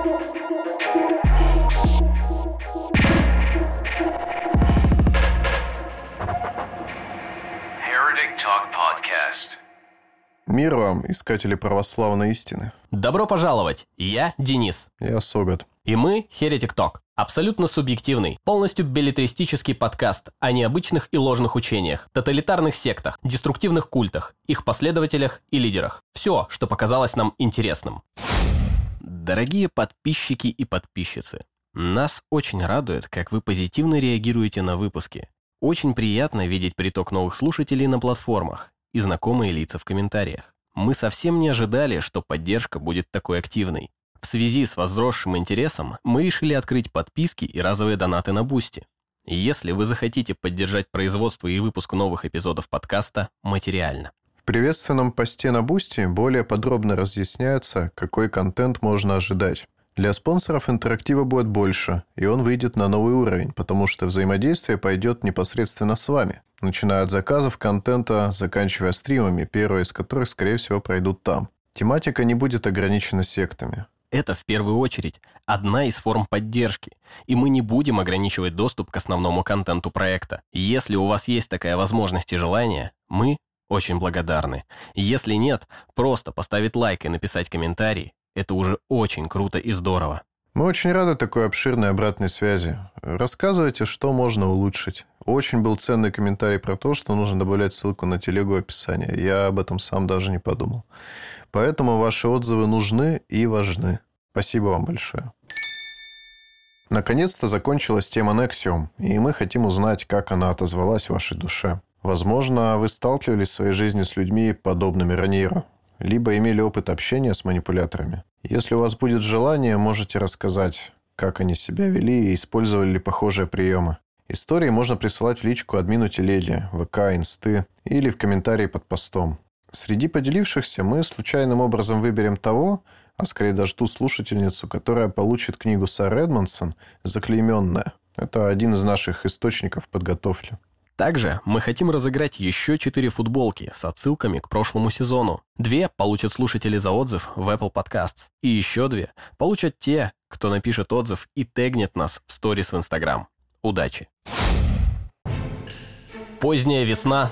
Heretic Talk Podcast. Мир вам, искатели православной истины. Добро пожаловать! Я Денис. Я Согат. И мы Heretic Talk. Абсолютно субъективный, полностью беллетристический подкаст о необычных и ложных учениях, тоталитарных сектах, деструктивных культах, их последователях и лидерах. Все, что показалось нам интересным. Дорогие подписчики и подписчицы, нас очень радует, как вы позитивно реагируете на выпуски. Очень приятно видеть приток новых слушателей на платформах и знакомые лица в комментариях. Мы совсем не ожидали, что поддержка будет такой активной. В связи с возросшим интересом мы решили открыть подписки и разовые донаты на Бусти. Если вы захотите поддержать производство и выпуск новых эпизодов подкаста материально. В приветственном посте на Бусти более подробно разъясняется, какой контент можно ожидать. Для спонсоров интерактива будет больше, и он выйдет на новый уровень, потому что взаимодействие пойдет непосредственно с вами, начиная от заказов контента, заканчивая стримами, первые из которых, скорее всего, пройдут там. Тематика не будет ограничена сектами. Это, в первую очередь, одна из форм поддержки, и мы не будем ограничивать доступ к основному контенту проекта. Если у вас есть такая возможность и желание, мы очень благодарны. Если нет, просто поставить лайк и написать комментарий. Это уже очень круто и здорово. Мы очень рады такой обширной обратной связи. Рассказывайте, что можно улучшить. Очень был ценный комментарий про то, что нужно добавлять ссылку на телегу в описании. Я об этом сам даже не подумал. Поэтому ваши отзывы нужны и важны. Спасибо вам большое. Наконец-то закончилась тема Nexium, и мы хотим узнать, как она отозвалась в вашей душе. Возможно, вы сталкивались в своей жизни с людьми, подобными Раньеру, либо имели опыт общения с манипуляторами. Если у вас будет желание, можете рассказать, как они себя вели и использовали ли похожие приемы. Истории можно присылать в личку админу Телеги, ВК, Инсты или в комментарии под постом. Среди поделившихся мы случайным образом выберем того, а скорее даже ту слушательницу, которая получит книгу Сары Эдмонсон «Заклейменная». Это один из наших источников подготовки. Также мы хотим разыграть еще 4 футболки с отсылками к прошлому сезону. 2 получат слушатели за отзыв в Apple Podcasts. И еще 2 получат те, кто напишет отзыв и тегнет нас в сторис в Instagram. Удачи! Поздняя весна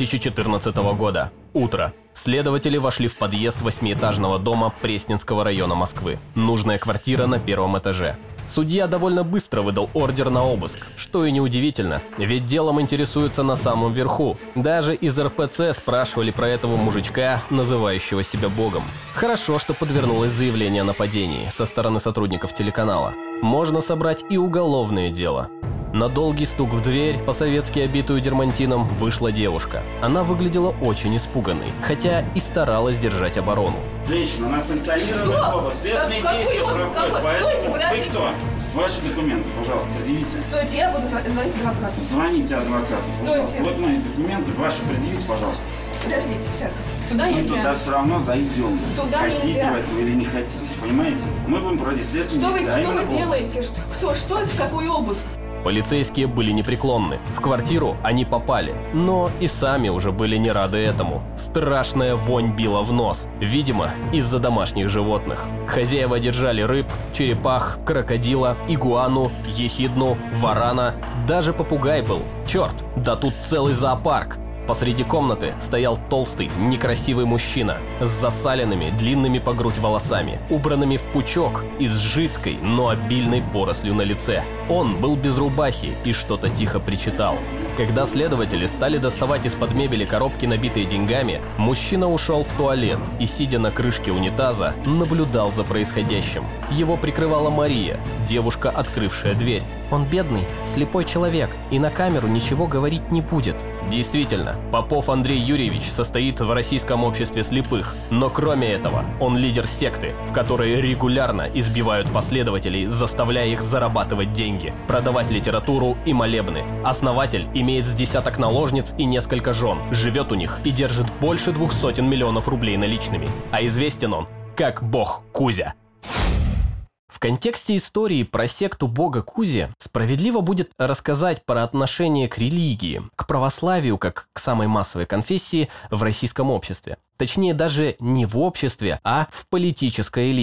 2014 года. Утро. Следователи вошли в подъезд 8-этажного дома Пресненского района Москвы. Нужная квартира на 1-м этаже. Судья довольно быстро выдал ордер на обыск, что и неудивительно, ведь делом интересуются на самом верху. Даже из РПЦ спрашивали про этого мужичка, называющего себя богом. Хорошо, что подвернулось заявление о нападении со стороны сотрудников телеканала. Можно собрать и уголовное дело. На долгий стук в дверь, по-советски обитую дермантином, вышла девушка. Она выглядела очень испуганной, хотя и старалась держать оборону. Женщина, у нас санкционированный обыск, следственные действия проходят, поэтому вы кто? Ваши документы, пожалуйста, предъявите. Стойте, я буду звонить адвокату. Звоните адвокату, пожалуйста. Стойте. Вот мои документы, ваши предъявите, пожалуйста. Подождите, сейчас. Сюда Мы нельзя. туда все равно зайдем. Сюда хотите нельзя. вы этого или не хотите, понимаете? Мы будем проводить следственные действия. Что вы делаете? Что это? Какой обыск? Полицейские были непреклонны. В квартиру они попали, но и сами уже были не рады этому. Страшная вонь била в нос, видимо, из-за домашних животных. Хозяева держали рыб, черепах, крокодила, игуану, ехидну, варана, даже попугай был. Черт, да тут целый зоопарк. Посреди комнаты стоял толстый, некрасивый мужчина с засаленными, длинными по грудь волосами, убранными в пучок и с жидкой, но обильной порослью на лице. Он был без рубахи и что-то тихо причитал. Когда следователи стали доставать из-под мебели коробки, набитые деньгами, мужчина ушел в туалет и, сидя на крышке унитаза, наблюдал за происходящим. Его прикрывала Мария, девушка, открывшая дверь. Он бедный, слепой человек и на камеру ничего говорить не будет. Действительно, Попов Андрей Юрьевич состоит в Российском обществе слепых, но кроме этого, он лидер секты, в которой регулярно избивают последователей, заставляя их зарабатывать деньги, продавать литературу и молебны. Основатель имеет с десяток наложниц и несколько жен, живет у них и держит больше 200 миллионов рублей наличными. А известен он как бог Кузя. В контексте истории про секту бога Кузи справедливо будет рассказать про отношение к религии, к православию как к самой массовой конфессии в российском обществе. Точнее, даже не в обществе, а в политической элите.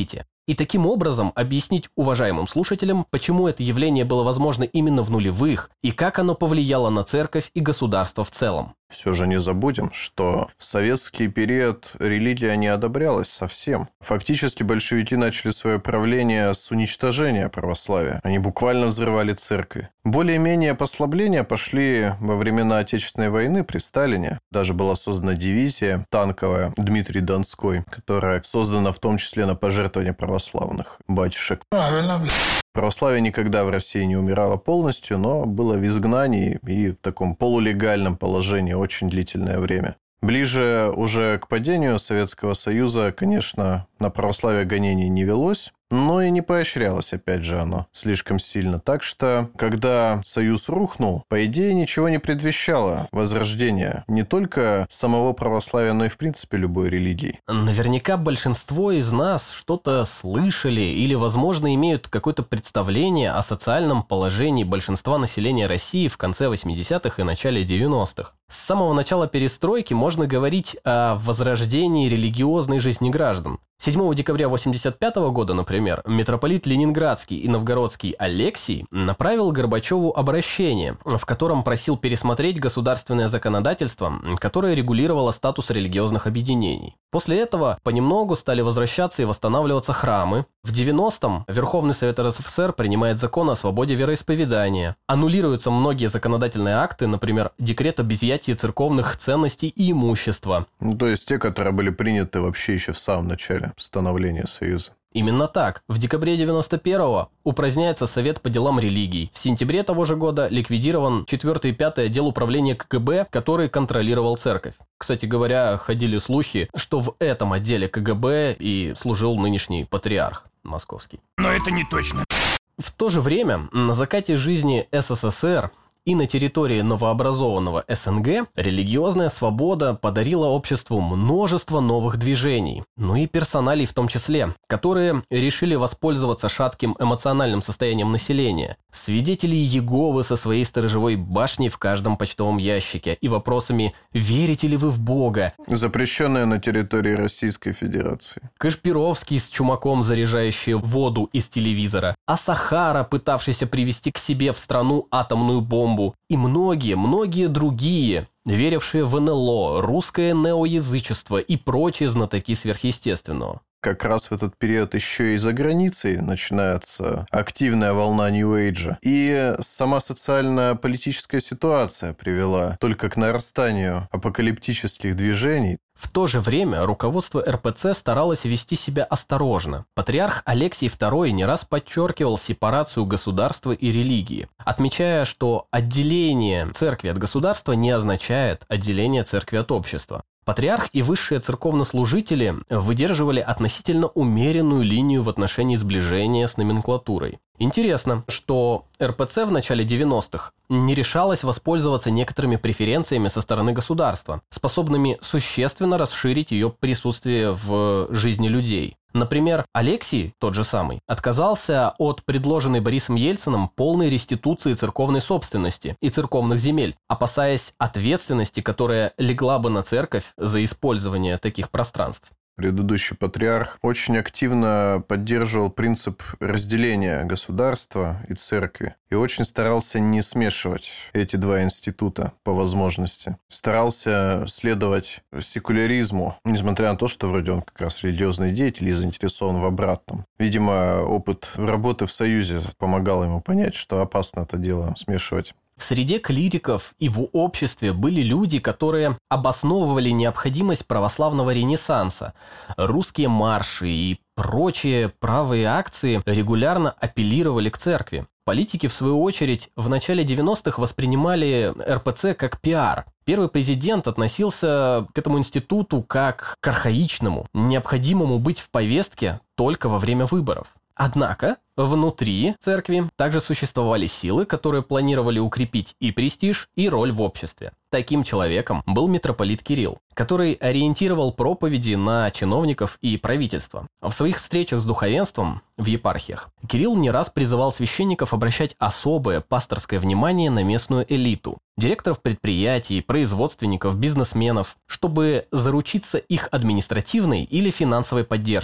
И таким образом объяснить уважаемым слушателям, почему это явление было возможно именно в нулевых и как оно повлияло на церковь и государство в целом. Все же не забудем, что в советский период религия не одобрялась совсем. Фактически большевики начали свое правление с уничтожения православия. Они буквально взрывали церкви. Более-менее послабления пошли во времена Отечественной войны при Сталине. Даже была создана дивизия танковая Дмитрий Донской, которая создана в том числе на пожертвование православных батюшек. Православие никогда в России не умирало полностью, но было в изгнании и в таком полулегальном положении очень длительное время. Ближе уже к падению Советского Союза, конечно, на православие гонений не велось, но и не поощрялось, опять же, оно слишком сильно. Так что, когда Союз рухнул, по идее, ничего не предвещало возрождения не только самого православия, но и, в принципе, любой религии. Наверняка большинство из нас что-то слышали или, возможно, имеют какое-то представление о социальном положении большинства населения России в конце 80-х и начале 90-х. С самого начала перестройки можно говорить о возрождении религиозной жизни граждан. 7 декабря 1985 года, например, митрополит Ленинградский и Новгородский Алексий направил Горбачеву обращение, в котором просил пересмотреть государственное законодательство, которое регулировало статус религиозных объединений. После этого понемногу стали возвращаться и восстанавливаться храмы. В 90-м Верховный Совет РСФСР принимает закон о свободе вероисповедания. Аннулируются многие законодательные акты, например, декрет об изъятии церковных ценностей и имущества. То есть те, которые были приняты вообще еще в самом начале становления Союза. Именно так. В декабре 91-го упраздняется Совет по делам религий. В сентябре того же года ликвидирован 4 и 5 отдел управления КГБ, который контролировал церковь. Кстати говоря, ходили слухи, что в этом отделе КГБ и служил нынешний патриарх московский. Но это не точно. В то же время на закате жизни СССР и на территории новообразованного СНГ религиозная свобода подарила обществу множество новых движений, ну и персоналей в том числе, которые решили воспользоваться шатким эмоциональным состоянием населения. Свидетели Иеговы со своей сторожевой башней в каждом почтовом ящике и вопросами «Верите ли вы в Бога?», запрещенная на территории Российской Федерации. Кашпировский с чумаком, заряжающий воду из телевизора, а Сахара, пытавшийся привести к себе в страну атомную бомбу, и многие другие, верившие в НЛО, русское неоязычество и прочие знатоки сверхъестественного. Как раз в этот период еще и за границей начинается активная волна Нью-Эйджа. И сама социально-политическая ситуация привела только к нарастанию апокалиптических движений. В то же время руководство РПЦ старалось вести себя осторожно. Патриарх Алексий II не раз подчеркивал сепарацию государства и религии, отмечая, что отделение церкви от государства не означает отделение церкви от общества. Патриарх и высшие церковнослужители выдерживали относительно умеренную линию в отношении сближения с номенклатурой. Интересно, что РПЦ в начале 90-х не решалась воспользоваться некоторыми преференциями со стороны государства, способными существенно расширить ее присутствие в жизни людей. Например, Алексий, тот же самый, отказался от предложенной Борисом Ельциным полной реституции церковной собственности и церковных земель, опасаясь ответственности, которая легла бы на церковь за использование таких пространств. Предыдущий патриарх очень активно поддерживал принцип разделения государства и церкви. И очень старался не смешивать эти два института по возможности. Старался следовать секуляризму, несмотря на то, что вроде он как раз религиозный деятель и заинтересован в обратном. Видимо, опыт работы в Союзе помогал ему понять, что опасно это дело смешивать. В среде клириков и в обществе были люди, которые обосновывали необходимость православного ренессанса. Русские марши и прочие правые акции регулярно апеллировали к церкви. Политики, в свою очередь, в начале 90-х воспринимали РПЦ как пиар. Первый президент относился к этому институту как к архаичному, необходимому быть в повестке только во время выборов. Однако внутри церкви также существовали силы, которые планировали укрепить и престиж, и роль в обществе. Таким человеком был митрополит Кирилл, который ориентировал проповеди на чиновников и правительство. В своих встречах с духовенством в епархиях Кирилл не раз призывал священников обращать особое пасторское внимание на местную элиту, директоров предприятий, производственников, бизнесменов, чтобы заручиться их административной или финансовой поддержкой.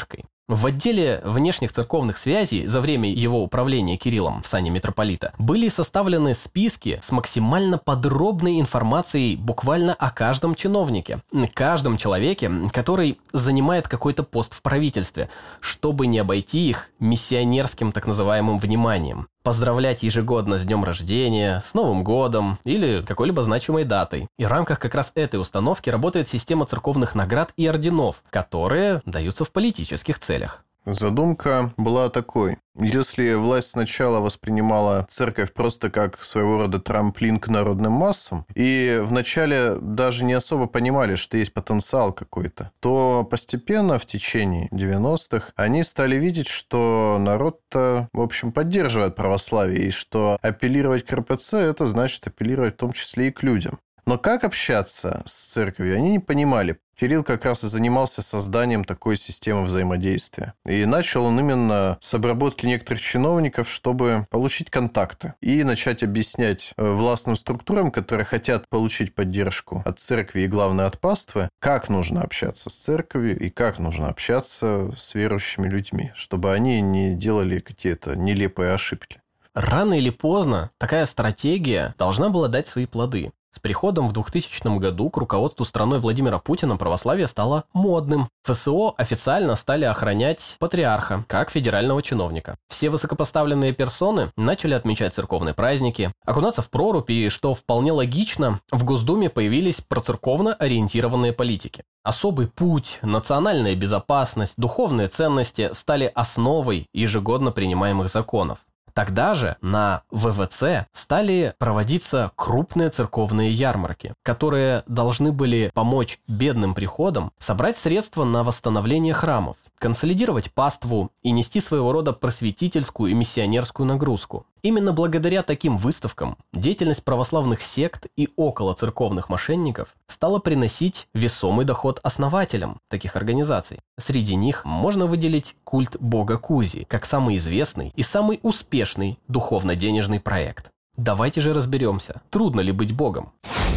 В отделе внешних церковных связей за время его управления Кириллом в сане митрополита были составлены списки с максимально подробной информацией буквально о каждом чиновнике, каждом человеке, который занимает какой-то пост в правительстве, чтобы не обойти их миссионерским так называемым вниманием. Поздравлять ежегодно с днем рождения, с Новым годом или какой-либо значимой датой. И в рамках как раз этой установки работает система церковных наград и орденов, которые даются в политических целях. Задумка была такой. Если власть сначала воспринимала церковь просто как своего рода трамплин к народным массам, и вначале даже не особо понимали, что есть потенциал какой-то, то постепенно в течение 90-х они стали видеть, что народ-то, в общем, поддерживает православие, и что апеллировать к РПЦ – это значит апеллировать в том числе и к людям. Но как общаться с церковью, они не понимали. Кирилл как раз и занимался созданием такой системы взаимодействия. И начал он именно с обработки некоторых чиновников, чтобы получить контакты и начать объяснять властным структурам, которые хотят получить поддержку от церкви и, главное, от паствы, как нужно общаться с церковью и как нужно общаться с верующими людьми, чтобы они не делали какие-то нелепые ошибки. Рано или поздно такая стратегия должна была дать свои плоды. С приходом в 2000 году к руководству страной Владимира Путина православие стало модным. ФСО официально стали охранять патриарха, как федерального чиновника. Все высокопоставленные персоны начали отмечать церковные праздники, окунаться в прорубь, и, что вполне логично, в Госдуме появились процерковно ориентированные политики. Особый путь, национальная безопасность, духовные ценности стали основой ежегодно принимаемых законов. Тогда же на ВВЦ стали проводиться крупные церковные ярмарки, которые должны были помочь бедным приходам собрать средства на восстановление храмов, консолидировать паству и нести своего рода просветительскую и миссионерскую нагрузку. Именно благодаря таким выставкам деятельность православных сект и околоцерковных мошенников стала приносить весомый доход основателям таких организаций. Среди них можно выделить культ бога Кузи, как самый известный и самый успешный духовно-денежный проект. Давайте же разберемся, трудно ли быть богом.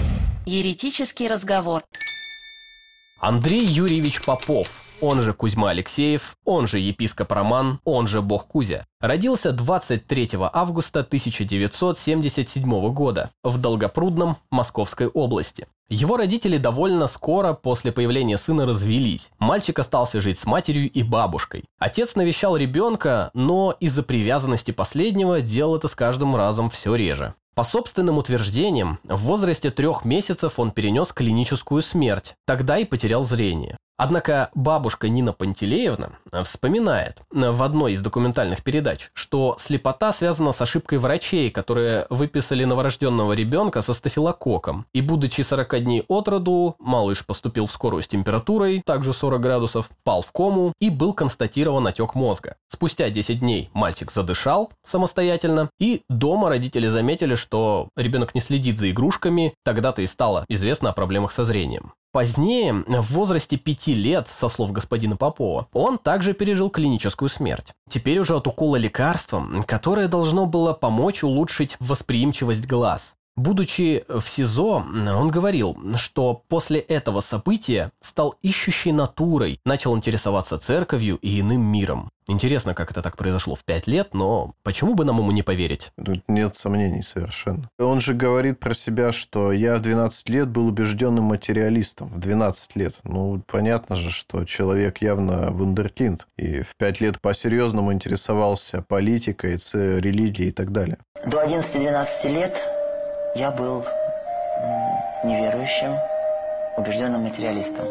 Еретический разговор. Андрей Юрьевич Попов, он же Кузьма Алексеев, он же епископ Роман, он же бог Кузя, родился 23 августа 1977 года в Долгопрудном Московской области. Его родители довольно скоро после появления сына развелись. Мальчик остался жить с матерью и бабушкой. Отец навещал ребенка, но из-за привязанности последнего делал это с каждым разом все реже. По собственным утверждениям, в возрасте 3 месяцев он перенес клиническую смерть, тогда и потерял зрение. Однако бабушка Нина Пантелеевна вспоминает в одной из документальных передач, что слепота связана с ошибкой врачей, которые выписали новорожденного ребенка со стафилококком. И будучи 40 дней от роду, малыш поступил в скорую с температурой, также 40 градусов, пал в кому и был констатирован отек мозга. Спустя 10 дней мальчик задышал самостоятельно, и дома родители заметили, что ребенок не следит за игрушками, тогда-то и стало известно о проблемах со зрением. Позднее, в возрасте 5 лет, со слов господина Попова, он также пережил клиническую смерть. Теперь уже от укола лекарством, которое должно было помочь улучшить восприимчивость глаз. Будучи в СИЗО, он говорил, что после этого события стал ищущей натурой, начал интересоваться церковью и иным миром. Интересно, как это так произошло в 5 лет, но почему бы нам ему не поверить? Тут нет сомнений совершенно. Он же говорит про себя, что я в 12 лет был убежденным материалистом. В 12 лет. Ну, понятно же, что человек явно вундеркинд. И в 5 лет по-серьезному интересовался политикой, религией и так далее. До 11-12 лет я был неверующим, убежденным материалистом.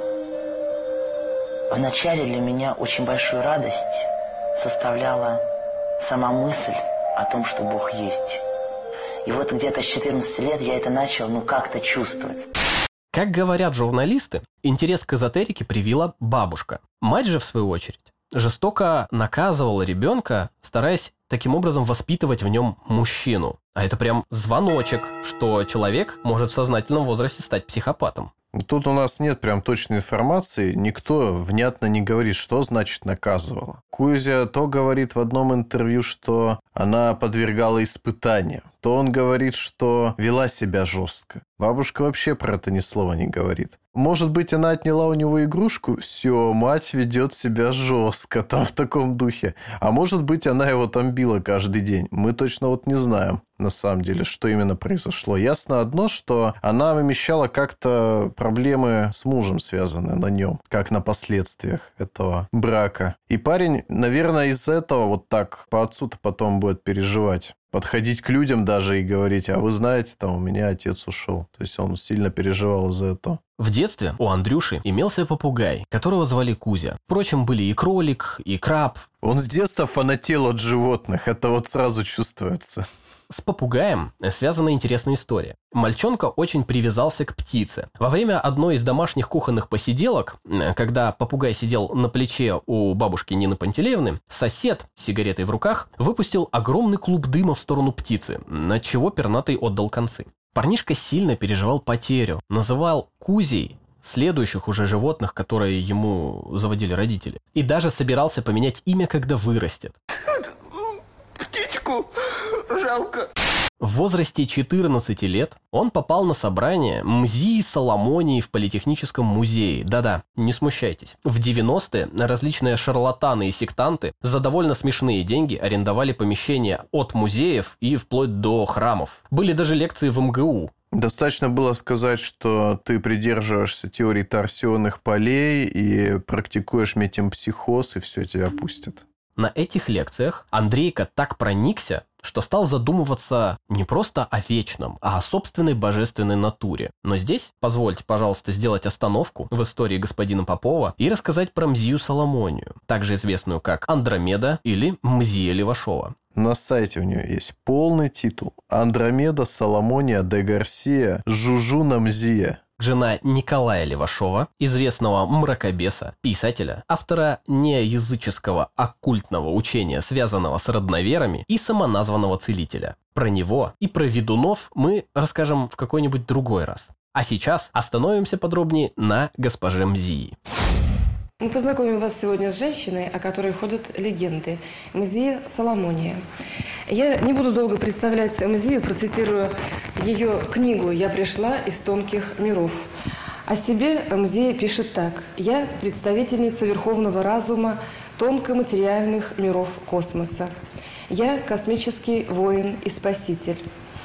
Вначале для меня очень большую радость составляла сама мысль о том, что Бог есть. И вот где-то с 14 лет я это начал, как-то чувствовать. Как говорят журналисты, интерес к эзотерике привила бабушка. Мать же, в свою очередь, жестоко наказывала ребенка, стараясь таким образом воспитывать в нем мужчину. А это прям звоночек, что человек может в сознательном возрасте стать психопатом. Тут у нас нет прям точной информации, никто внятно не говорит, что значит наказывала. Кузя то говорит в одном интервью, что она подвергала испытаниям, то он говорит, что вела себя жестко. Бабушка вообще про это ни слова не говорит. Может быть, она отняла у него игрушку? Все, мать ведет себя жестко, там в таком духе. А может быть, она его там била каждый день. Мы точно вот не знаем, на самом деле, что именно произошло. Ясно одно, что она вымещала как-то проблемы с мужем, связанные на нем, как на последствиях этого брака. И парень, наверное, из-за этого вот так по отцу-то потом будет переживать. Подходить к людям даже и говорить: а вы знаете, там у меня отец ушел. То есть он сильно переживал из-за этого. В детстве у Андрюши имелся попугай, которого звали Кузя. Впрочем, были и кролик, и краб. Он с детства фанател от животных, это вот сразу чувствуется. С попугаем связана интересная история. Мальчонка очень привязался к птице. Во время одной из домашних кухонных посиделок, когда попугай сидел на плече у бабушки Нины Пантелеевны, сосед с сигаретой в руках выпустил огромный клуб дыма в сторону птицы, на чего пернатый отдал концы. Парнишка сильно переживал потерю, называл Кузей следующих уже животных, которые ему заводили родители. И даже собирался поменять имя, когда вырастет. Птичку жалко. В возрасте 14 лет он попал на собрание МЗИ Соломонии в Политехническом музее. Да-да, не смущайтесь. В 90-е различные шарлатаны и сектанты за довольно смешные деньги арендовали помещения от музеев и вплоть до храмов. Были даже лекции в МГУ. Достаточно было сказать, что ты придерживаешься теории торсионных полей и практикуешь метемпсихоз, и все, тебя пустят. На этих лекциях Андрейка так проникся, что стал задумываться не просто о вечном, а о собственной божественной натуре. Но здесь позвольте, пожалуйста, сделать остановку в истории господина Попова и рассказать про Мзию Соломонию, также известную как Андромеда или Мзия Левашова. На сайте у нее есть полный титул: Андромеда Соломония де Гарсия Жужуна Мзия. Жена Николая Левашова, известного мракобеса, писателя, автора неязыческого оккультного учения, связанного с родноверами, и самоназванного целителя. Про него и про ведунов мы расскажем в какой-нибудь другой раз. А сейчас остановимся подробнее на госпоже Мзии. Мы познакомим вас сегодня с женщиной, о которой ходят легенды. Мзия Соломония. Я не буду долго представлять Мзию, процитирую ее книгу «Я пришла из тонких миров». О себе Мзия пишет так: «Я представительница верховного разума тонкоматериальных миров космоса. Я космический воин и спаситель.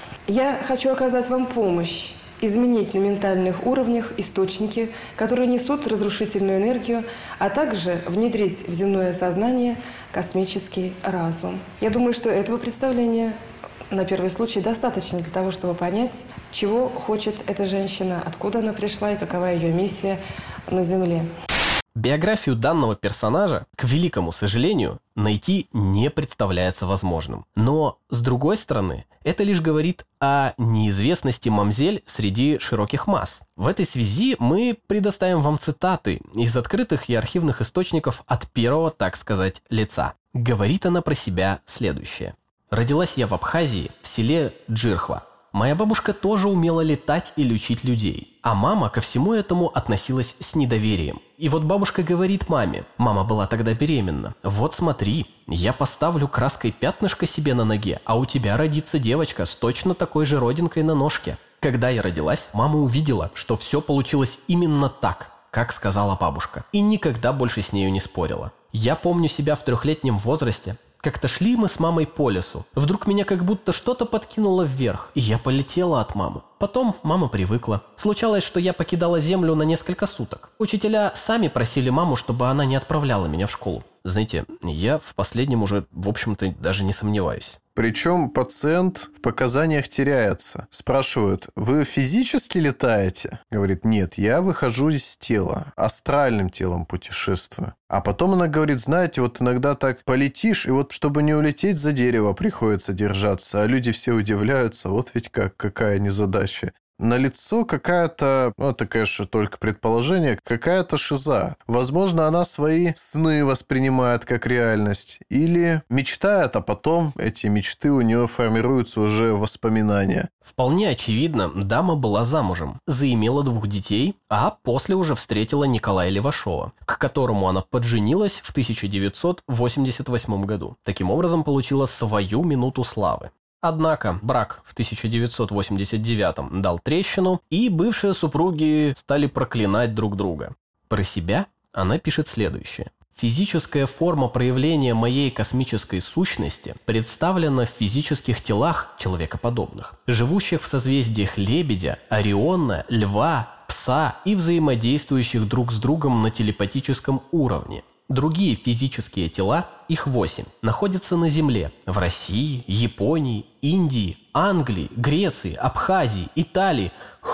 Я хочу оказать вам помощь, изменить на ментальных уровнях источники, которые несут разрушительную энергию, а также внедрить в земное сознание космический разум». Я думаю, что этого представления на первый случай достаточно для того, чтобы понять, чего хочет эта женщина, откуда она пришла и какова ее миссия на Земле. Биографию данного персонажа, к великому сожалению, найти не представляется возможным. Но, с другой стороны, это лишь говорит о неизвестности мамзель среди широких масс. В этой связи мы предоставим вам цитаты из открытых и архивных источников от первого, так сказать, лица. Говорит она про себя следующее. «Родилась я в Абхазии, в селе Джирхва. Моя бабушка тоже умела летать и лечить людей, а мама ко всему этому относилась с недоверием. И вот бабушка говорит маме, мама была тогда беременна: вот смотри, я поставлю краской пятнышко себе на ноге, а у тебя родится девочка с точно такой же родинкой на ножке. Когда я родилась, мама увидела, что все получилось именно так, как сказала бабушка, и никогда больше с нею не спорила. Я помню себя в 3-летнем возрасте. Как-то шли мы с мамой по лесу. Вдруг меня как будто что-то подкинуло вверх, и я полетела от мамы. Потом мама привыкла. Случалось, что я покидала землю на несколько суток. Учителя сами просили маму, чтобы она не отправляла меня в школу. Знаете, я в последнем уже, в общем-то, даже не сомневаюсь. Причем пациент в показаниях теряется. Спрашивают: вы физически летаете? Говорит: нет, я выхожу из тела, астральным телом путешествую. А потом она говорит: знаете, вот иногда так полетишь, и вот чтобы не улететь, за дерево приходится держаться. А люди все удивляются, вот ведь какая незадача. Налицо какая-то, это, конечно, только предположение, какая-то шиза. Возможно, она свои сны воспринимает как реальность. Или мечтает, а потом эти мечты у нее формируются уже в воспоминания. Вполне очевидно, дама была замужем, заимела 2 детей, а после уже встретила Николая Левашова, к которому она подженилась в 1988 году. Таким образом, получила свою минуту славы. Однако брак в 1989-м дал трещину, и бывшие супруги стали проклинать друг друга. Про себя она пишет следующее. Физическая форма проявления моей космической сущности представлена в физических телах человекоподобных, живущих в созвездиях Лебедя, Ориона, Льва, Пса и взаимодействующих друг с другом на телепатическом уровне. Другие физические тела, их 8, находятся на Земле, в России, Японии, Индии, Англии, Греции, Абхазии, Италии,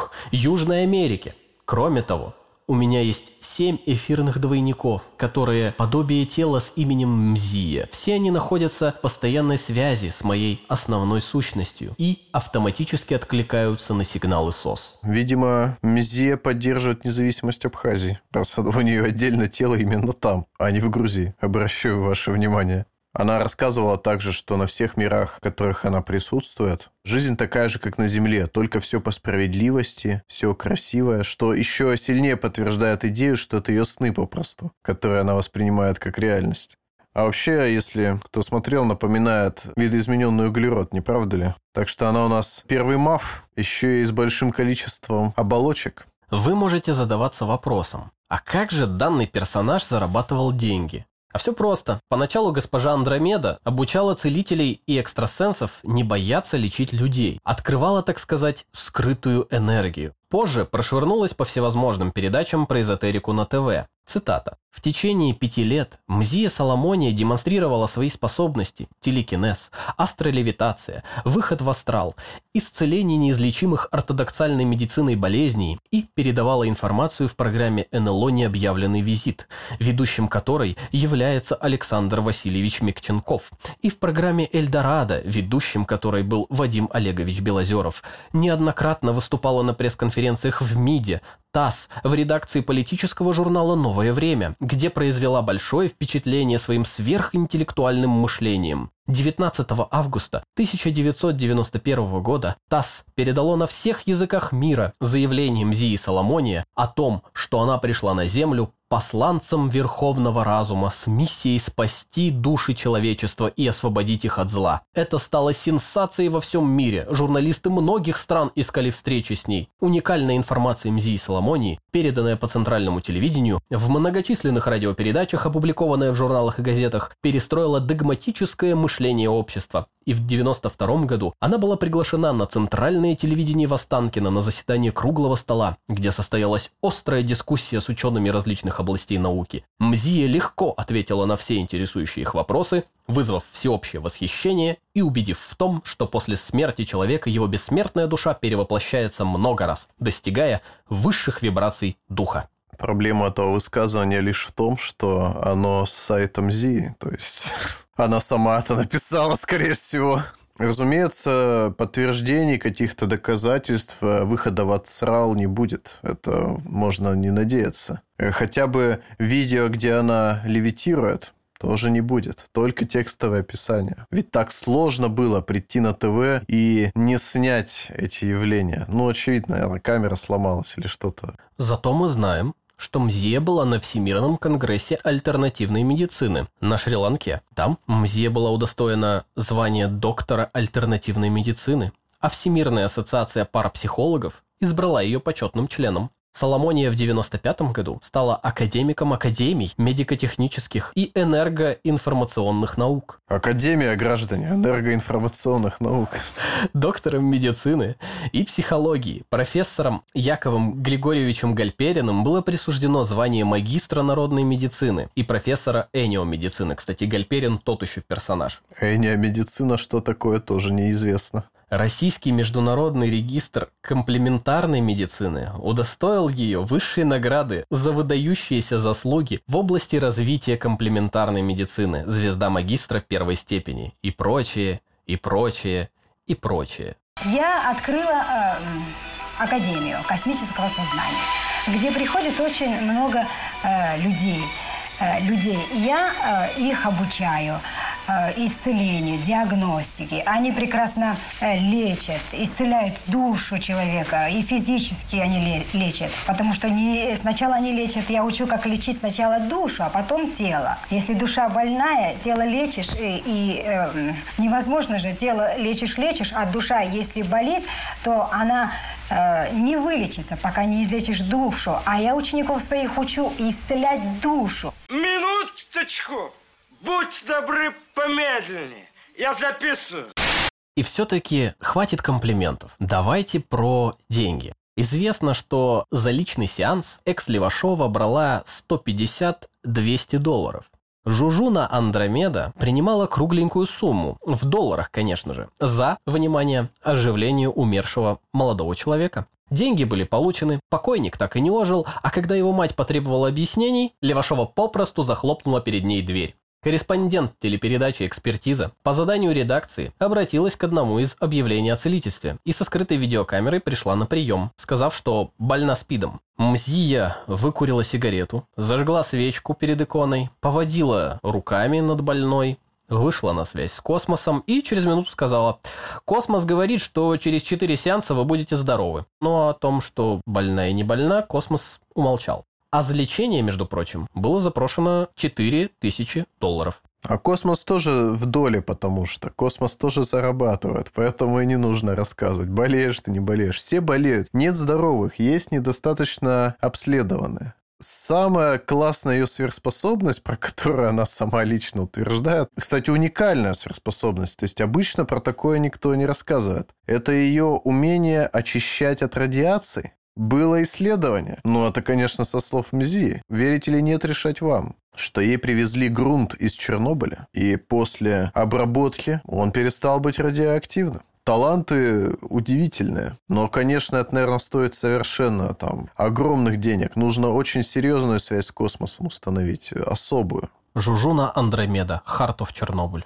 Южной Америке. Кроме того, у меня есть 7 эфирных двойников, которые подобие тела с именем Мзия. Все они находятся в постоянной связи с моей основной сущностью и автоматически откликаются на сигналы СОС. Видимо, Мзия поддерживает независимость Абхазии, раз у нее отдельно тело именно там, а не в Грузии. Обращаю ваше внимание. Она рассказывала также, что на всех мирах, в которых она присутствует, жизнь такая же, как на Земле, только все по справедливости, все красивое, что еще сильнее подтверждает идею, что это ее сны попросту, которые она воспринимает как реальность. А вообще, если кто смотрел, напоминает видоизмененный углерод, не правда ли? Так что она у нас первый МАФ, еще и с большим количеством оболочек. Вы можете задаваться вопросом, а как же данный персонаж зарабатывал деньги? А все просто. Поначалу госпожа Андромеда обучала целителей и экстрасенсов не бояться лечить людей. Открывала, так сказать, скрытую энергию. Позже прошвырнулась по всевозможным передачам про эзотерику на ТВ. Цитата. «В течение 5 лет Мзия Соломония демонстрировала свои способности, телекинез, астролевитация, выход в астрал, исцеление неизлечимых ортодоксальной медициной болезней и передавала информацию в программе НЛО «Необъявленный визит», ведущим которой является Александр Васильевич Микченков, и в программе «Эльдорадо», ведущим которой был Вадим Олегович Белозеров, неоднократно выступала на пресс-конференциях в МИДе, ТАСС, в редакции политического журнала «Новое время», где произвела большое впечатление своим сверхинтеллектуальным мышлением. 19 августа 1991 года ТАСС передало на всех языках мира заявление Мзии Соломония о том, что она пришла на Землю посланцем Верховного Разума с миссией спасти души человечества и освободить их от зла. Это стало сенсацией во всем мире. Журналисты многих стран искали встречи с ней. Уникальная информация Мзии Соломонии, переданная по центральному телевидению, в многочисленных радиопередачах, опубликованная в журналах и газетах, перестроила догматическое мышление общества. И в 1992 году она была приглашена на центральное телевидение в Останкино на заседание круглого стола, где состоялась острая дискуссия с учеными различных областей науки. Мзия легко ответила на все интересующие их вопросы, вызвав всеобщее восхищение и убедив в том, что после смерти человека его бессмертная душа перевоплощается много раз, достигая высших вибраций духа. Проблема этого высказывания лишь в том, что оно с сайта Мзии, то есть она сама это написала, скорее всего. Разумеется, подтверждений, каких-то доказательств выхода в астрал не будет. Это можно не надеяться. Хотя бы видео, где она левитирует, тоже не будет. Только текстовое описание. Ведь так сложно было прийти на ТВ и не снять эти явления. Ну, очевидно, наверное, камера сломалась или что-то. Зато мы знаем, что Мзия была на Всемирном конгрессе альтернативной медицины на Шри-Ланке. Там Мзия была удостоена звания доктора альтернативной медицины, а Всемирная ассоциация парапсихологов избрала ее почетным членом. Соломония в 1995 году стала академиком академий медико-технических и энергоинформационных наук. Академия, граждане, энергоинформационных наук. Доктором медицины и психологии, профессором Яковом Григорьевичем Гальпериным было присуждено звание магистра народной медицины и профессора эниомедицины. Кстати, Гальперин тот еще персонаж. Эниомедицина, что такое, тоже неизвестно. Российский международный регистр комплементарной медицины удостоил ее высшей награды за выдающиеся заслуги в области развития комплементарной медицины, звезда магистра первой степени и прочее, и прочее, и прочее. Я открыла Академию космического сознания, где приходит очень много людей. Я их обучаю. исцелению, диагностике. Они прекрасно лечат, исцеляют душу человека, и физически они лечат. Потому что сначала они лечат, я учу, как лечить сначала душу, а потом тело. Если душа больная, тело лечишь, невозможно же, тело лечишь, а душа, если болит, то она не вылечится, пока не излечишь душу. А я учеников своих учу исцелять душу. Минуточку! Будь добры, помедленнее. Я записываю. И все-таки хватит комплиментов. Давайте про деньги. Известно, что за личный сеанс экс-Левашова брала $150-200. Жужуна Андромеда принимала кругленькую сумму, в долларах, конечно же, за, внимание, оживление умершего молодого человека. Деньги были получены, покойник так и не ожил, а когда его мать потребовала объяснений, Левашова попросту захлопнула перед ней дверь. Корреспондент телепередачи «Экспертиза» по заданию редакции обратилась к одному из объявлений о целительстве и со скрытой видеокамерой пришла на прием, сказав, что больна СПИДом. Мзия выкурила сигарету, зажгла свечку перед иконой, поводила руками над больной, вышла на связь с космосом и через минуту сказала: «Космос говорит, что через 4 сеанса вы будете здоровы». Но о том, что больна и не больна, космос умолчал. А за лечение, между прочим, было запрошено $4000. А космос тоже в доле, потому что космос тоже зарабатывает, поэтому и не нужно рассказывать, болеешь ты, не болеешь. Все болеют. Нет здоровых, есть недостаточно обследованные. Самая классная ее сверхспособность, про которую она сама лично утверждает, кстати, уникальная сверхспособность, то есть обычно про такое никто не рассказывает, это ее умение очищать от радиации. Было исследование, но это, конечно, со слов Мзии. Верить или нет, решать вам. Что ей привезли грунт из Чернобыля, и после обработки он перестал быть радиоактивным. Таланты удивительные. Но, конечно, это, наверное, стоит совершенно огромных денег. Нужно очень серьезную связь с космосом установить, особую. Жужуна Андромеда, Heart of Chernobyl.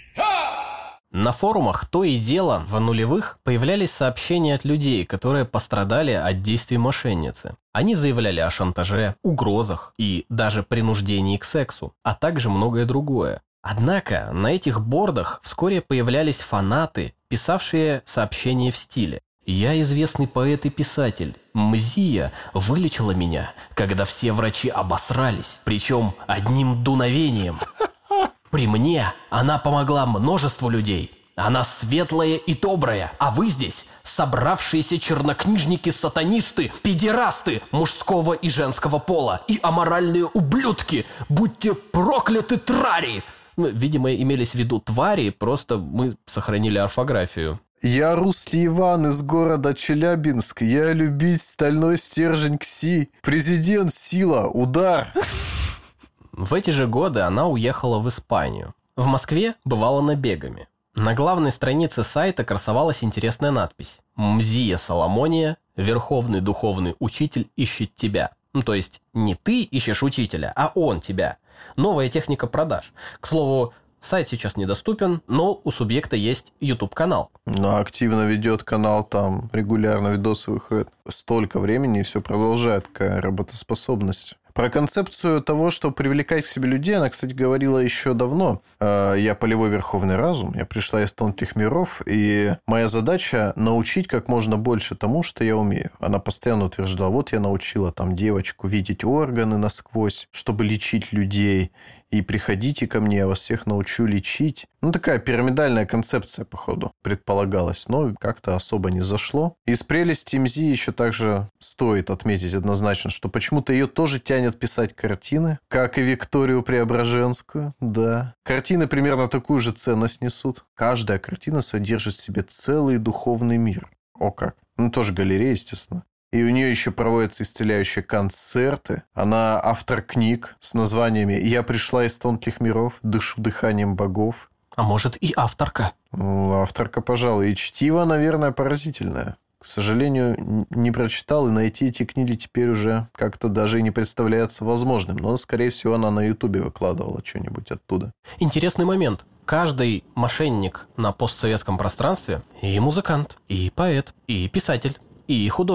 На форумах то и дело в нулевых появлялись сообщения от людей, которые пострадали от действий мошенницы. Они заявляли о шантаже, угрозах и даже принуждении к сексу, а также многое другое. Однако на этих бордах вскоре появлялись фанаты, писавшие сообщения в стиле: «Я известный поэт и писатель. Мзия вылечила меня, когда все врачи обосрались, причем одним дуновением. При мне она помогла множеству людей. Она светлая и добрая, а вы здесь собравшиеся чернокнижники-сатанисты, педерасты мужского и женского пола и аморальные ублюдки. Будьте прокляты, твари!» Видимо, имелись в виду твари, просто мы сохранили орфографию. «Я русский Иван из города Челябинск. Я любить стальной стержень КСИ. Президент сила. Удар!» В эти же годы она уехала в Испанию. В Москве бывала набегами. На главной странице сайта красовалась интересная надпись: «Мзия Соломония, верховный духовный учитель, ищет тебя». То есть не ты ищешь учителя, а он тебя. Новая техника продаж. К слову, сайт сейчас недоступен, но у субъекта есть YouTube-канал. Но активно ведет канал, там регулярно видосы выходят. Столько времени и все продолжает, такая работоспособность. Про концепцию того, что привлекать к себе людей, она, кстати, говорила еще давно. Я полевой верховный разум, я пришла из тонких миров, и моя задача научить как можно больше тому, что я умею. Она постоянно утверждала: вот я научила девочку видеть органы насквозь, чтобы лечить людей, и приходите ко мне, я вас всех научу лечить. Такая пирамидальная концепция, походу, предполагалась, но как-то особо не зашло. Из прелести Мзии еще также стоит отметить однозначно, что почему-то ее тоже тянет писать картины, как и Викторию Преображенскую, да. Картины примерно такую же ценность несут. Каждая картина содержит в себе целый духовный мир. О как. Тоже галерея, естественно. И у нее еще проводятся исцеляющие концерты. Она автор книг с названиями «Я пришла из тонких миров», «Дышу дыханием богов». А может, и авторка? Авторка, пожалуй. И чтиво, наверное, поразительное. К сожалению, не прочитал, и найти эти книги теперь уже как-то даже и не представляется возможным. Но, скорее всего, она на Ютубе выкладывала что-нибудь оттуда. Интересный момент. Каждый мошенник на постсоветском пространстве и музыкант, и поэт, и писатель, и художник.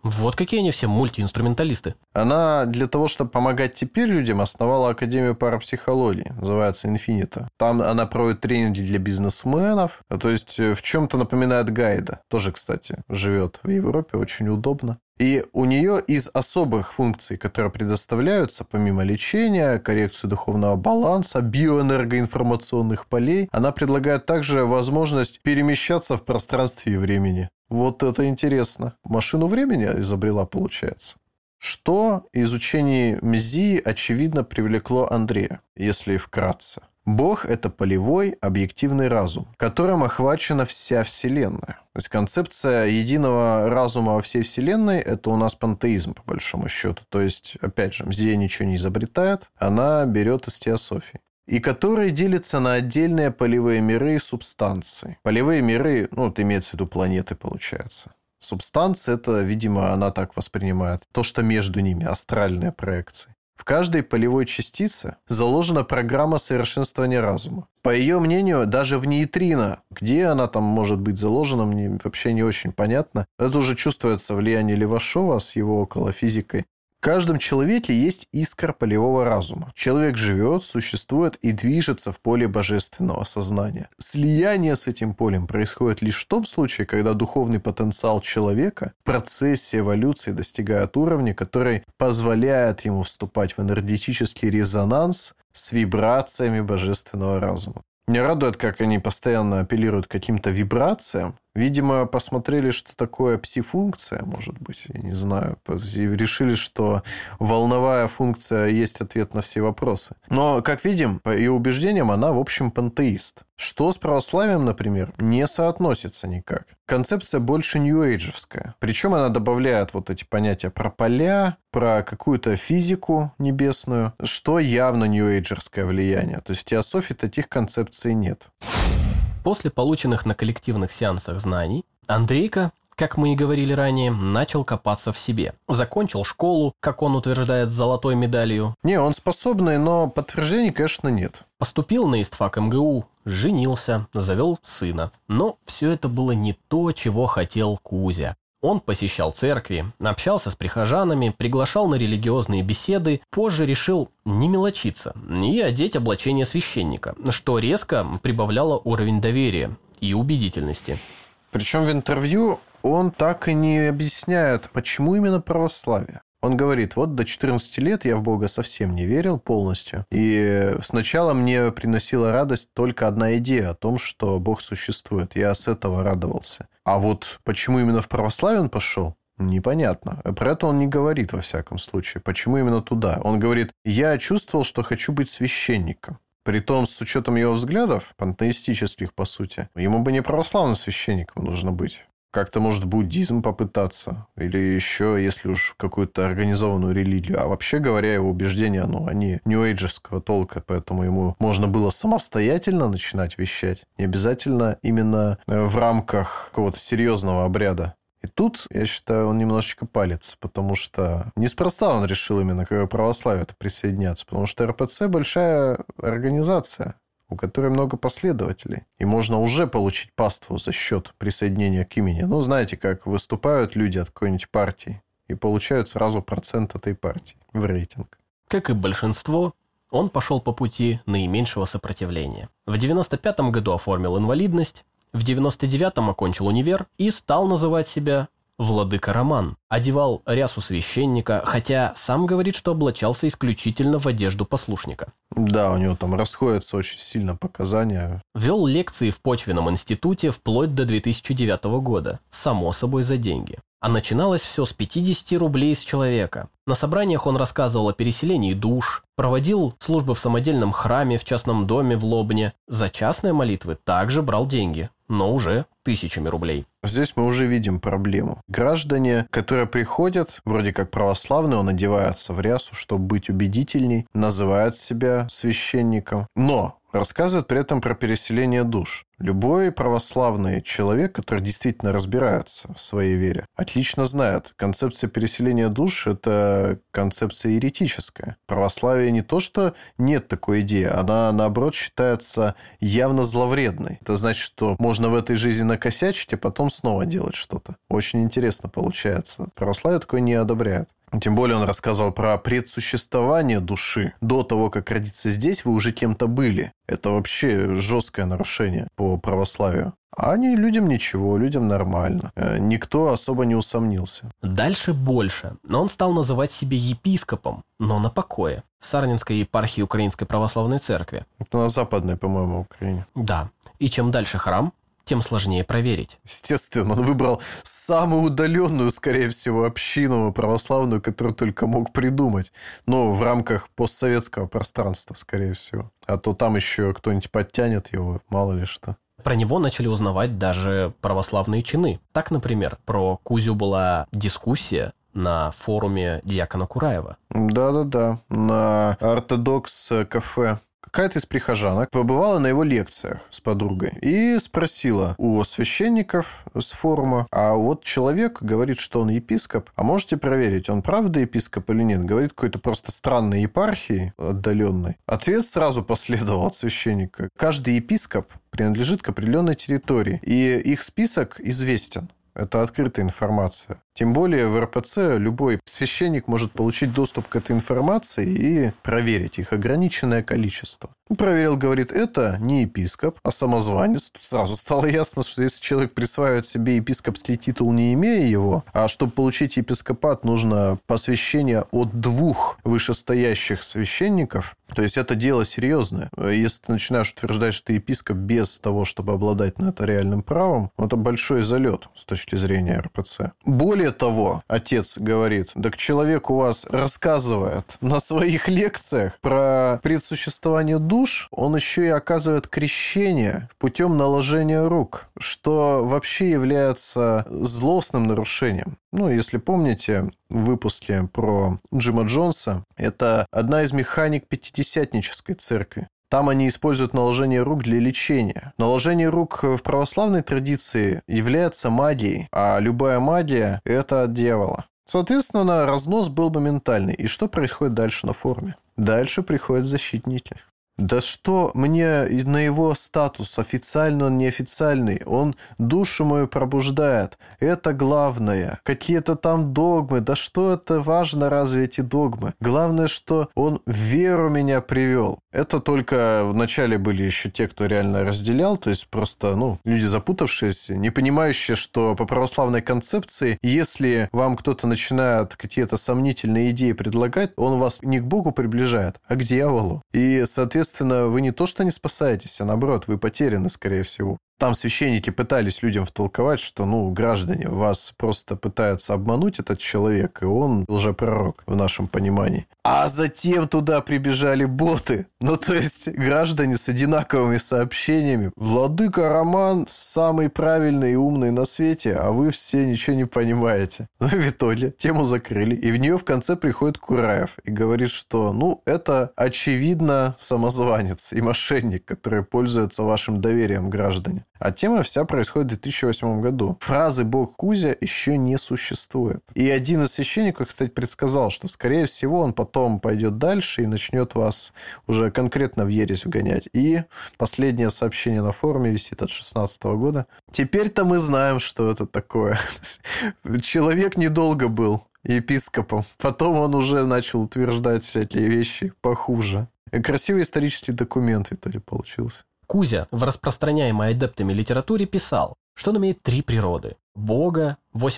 Вот какие они все мультиинструменталисты. Она для того, чтобы помогать теперь людям, основала Академию парапсихологии, называется «Инфинита». Там она проводит тренинги для бизнесменов, то есть в чем-то напоминает Гайда. Тоже, кстати, живет в Европе, очень удобно. И у нее из особых функций, которые предоставляются, помимо лечения, коррекции духовного баланса, биоэнергоинформационных полей, она предлагает также возможность перемещаться в пространстве и времени. Вот это интересно. Машину времени изобрела, получается. Что из учений МЗИ, очевидно, привлекло Андрея, если вкратце? Бог – это полевой, объективный разум, которым охвачена вся Вселенная. То есть концепция единого разума во всей Вселенной – это у нас пантеизм, по большому счету. То есть, опять же, МЗИ ничего не изобретает, она берет из теософии. И который делится на отдельные полевые миры и субстанции. Полевые миры, это имеется в виду планеты, получается. Субстанция – это, видимо, она так воспринимает то, что между ними, астральные проекции. В каждой полевой частице заложена программа совершенствования разума. По ее мнению, даже в нейтрино, где она там может быть заложена, мне вообще не очень понятно. Это уже чувствуется влияние Левашова с его околофизикой. В каждом человеке есть искра полевого разума. Человек живет, существует и движется в поле божественного сознания. Слияние с этим полем происходит лишь в том случае, когда духовный потенциал человека в процессе эволюции достигает уровня, который позволяет ему вступать в энергетический резонанс с вибрациями божественного разума. Меня радует, как они постоянно апеллируют к каким-то вибрациям. Видимо, посмотрели, что такое пси-функция, может быть, я не знаю. И решили, что волновая функция есть ответ на все вопросы. Но, как видим, по ее убеждениям, она, в общем, пантеист. Что с православием, например, не соотносится никак. Концепция больше нью-эйджевская. Причем она добавляет вот эти понятия про поля, про какую-то физику небесную, что явно нью-эйджерское влияние. То есть в теософии таких концепций нет. После полученных на коллективных сеансах знаний, Андрейка, как мы и говорили ранее, начал копаться в себе. Закончил школу, как он утверждает, с золотой медалью. Не, он способный, но подтверждений, конечно, нет. Поступил на истфак МГУ, женился, завел сына. Но все это было не то, чего хотел Кузя. Он посещал церкви, общался с прихожанами, приглашал на религиозные беседы, позже решил не мелочиться и одеть облачение священника, что резко прибавляло уровень доверия и убедительности. Причем в интервью он так и не объясняет, почему именно православие. Он говорит, вот до 14 лет я в Бога совсем не верил полностью. И сначала мне приносила радость только одна идея о том, что Бог существует. Я с этого радовался. А вот почему именно в православие он пошел, непонятно. Про это он не говорит, во всяком случае. Почему именно туда? Он говорит, я чувствовал, что хочу быть священником. Притом, с учетом его взглядов, пантеистических, по сути, ему бы не православным священником нужно быть. Как-то, может, в буддизм попытаться. Или еще, если уж какую-то организованную религию. А вообще говоря, его убеждения, они нью-эйджерского толка. Поэтому ему можно было самостоятельно начинать вещать. Не обязательно именно в рамках какого-то серьезного обряда. И тут, я считаю, он немножечко палится. Потому что неспроста он решил именно к православию присоединяться. Потому что РПЦ большая организация, у которой много последователей. И можно уже получить паству за счет присоединения к имени. Знаете, как выступают люди от какой-нибудь партии и получают сразу процент этой партии в рейтинг. Как и большинство, он пошел по пути наименьшего сопротивления. В 95-м году оформил инвалидность, в 99-м окончил универ и стал называть себя Владыка Роман. Одевал рясу священника, хотя сам говорит, что облачался исключительно в одежду послушника. Да, у него там расходятся очень сильно показания. Вел лекции в почвенном институте вплоть до 2009 года, само собой за деньги. А начиналось все с 50 рублей с человека. На собраниях он рассказывал о переселении душ, проводил службы в самодельном храме в частном доме в Лобне. За частные молитвы также брал деньги, но уже тысячами рублей. Здесь мы уже видим проблему. Граждане, которые приходят, вроде как православные, он одевается в рясу, чтобы быть убедительней, называет себя священником. Но рассказывает при этом про переселение душ. Любой православный человек, который действительно разбирается в своей вере, отлично знает, концепция переселения душ – это концепция еретическая. Православие не то, что нет такой идеи, она, наоборот, считается явно зловредной. Это значит, что можно в этой жизни накосячить, а потом снова делать что-то. Очень интересно получается. Православие такое не одобряет. Тем более он рассказывал про предсуществование души. До того, как родиться здесь, вы уже кем-то были. Это вообще жесткое нарушение по православию. А они людям ничего, людям нормально. Никто особо не усомнился. Дальше больше. Но он стал называть себя епископом, но на покое. Сарненской епархии Украинской Православной Церкви. Это на западной, по-моему, Украине. Да. И чем дальше храм, тем сложнее проверить. Естественно, он выбрал самую удаленную, скорее всего, общину православную, которую только мог придумать. Но в рамках постсоветского пространства, скорее всего. А то там еще кто-нибудь подтянет его, мало ли что. Про него начали узнавать даже православные чины. Так, например, про Кузю была дискуссия на форуме диакона Кураева. Да-да-да, на ортодокс-кафе. Какая-то из прихожанок побывала на его лекциях с подругой и спросила у священников с форума, а вот человек говорит, что он епископ, а можете проверить, он правда епископ или нет? Говорит какой-то просто странной епархии отдаленной. Ответ сразу последовал от священника. Каждый епископ принадлежит к определенной территории, и их список известен. Это открытая информация. Тем более в РПЦ любой священник может получить доступ к этой информации и проверить их ограниченное количество. Проверил, говорит, это не епископ, а самозванец. Тут сразу стало ясно, что если человек присваивает себе епископский титул, не имея его, а чтобы получить епископат, нужно посвящение от 2 вышестоящих священников, то есть это дело серьезное. Если ты начинаешь утверждать, что ты епископ без того, чтобы обладать нотариальным правом, это большой залет с точки зрения РПЦ. Более того, отец говорит, так человек у вас рассказывает на своих лекциях про предсуществование душ, он еще и оказывает крещение путем наложения рук, что вообще является злостным нарушением. Ну, если помните, в выпуске про Джима Джонса, это одна из механик пятидесятнической церкви. Там они используют наложение рук для лечения. Наложение рук в православной традиции является магией, а любая магия – это от дьявола. Соответственно, разнос был моментальный. И что происходит дальше на форуме? Дальше приходят защитники. Да что мне на его статус, официальный он, неофициальный, он душу мою пробуждает, это главное. Какие-то там догмы, да что это важно, разве эти догмы? Главное, что он в веру меня привел. Это только вначале были еще те, кто реально разделял, то есть просто, люди запутавшиеся, не понимающие, что по православной концепции, если вам кто-то начинает какие-то сомнительные идеи предлагать, он вас не к Богу приближает, а к дьяволу. И, соответственно, вы не то что не спасаетесь, а наоборот, вы потеряны, скорее всего. Там священники пытались людям втолковать, что, граждане, вас просто пытается обмануть этот человек, и он лжепророк в нашем понимании. А затем туда прибежали боты. То есть граждане с одинаковыми сообщениями. Владыка Роман самый правильный и умный на свете, а вы все ничего не понимаете. В итоге тему закрыли, и в нее в конце приходит Кураев и говорит, что, это очевидно самозванец и мошенник, который пользуется вашим доверием, граждане. А тема вся происходит в 2008 году. Фразы «Бог Кузя» еще не существует. И один из священников, кстати, предсказал, что, скорее всего, он потом пойдет дальше и начнет вас уже конкретно в ересь вгонять. И последнее сообщение на форуме висит от 2016 года. Теперь-то мы знаем, что это такое. Человек недолго был епископом. Потом он уже начал утверждать всякие вещи похуже. И красивый исторический документ в итоге получился. Кузя в распространяемой адептами литературе писал, что он имеет 3 природы. Бога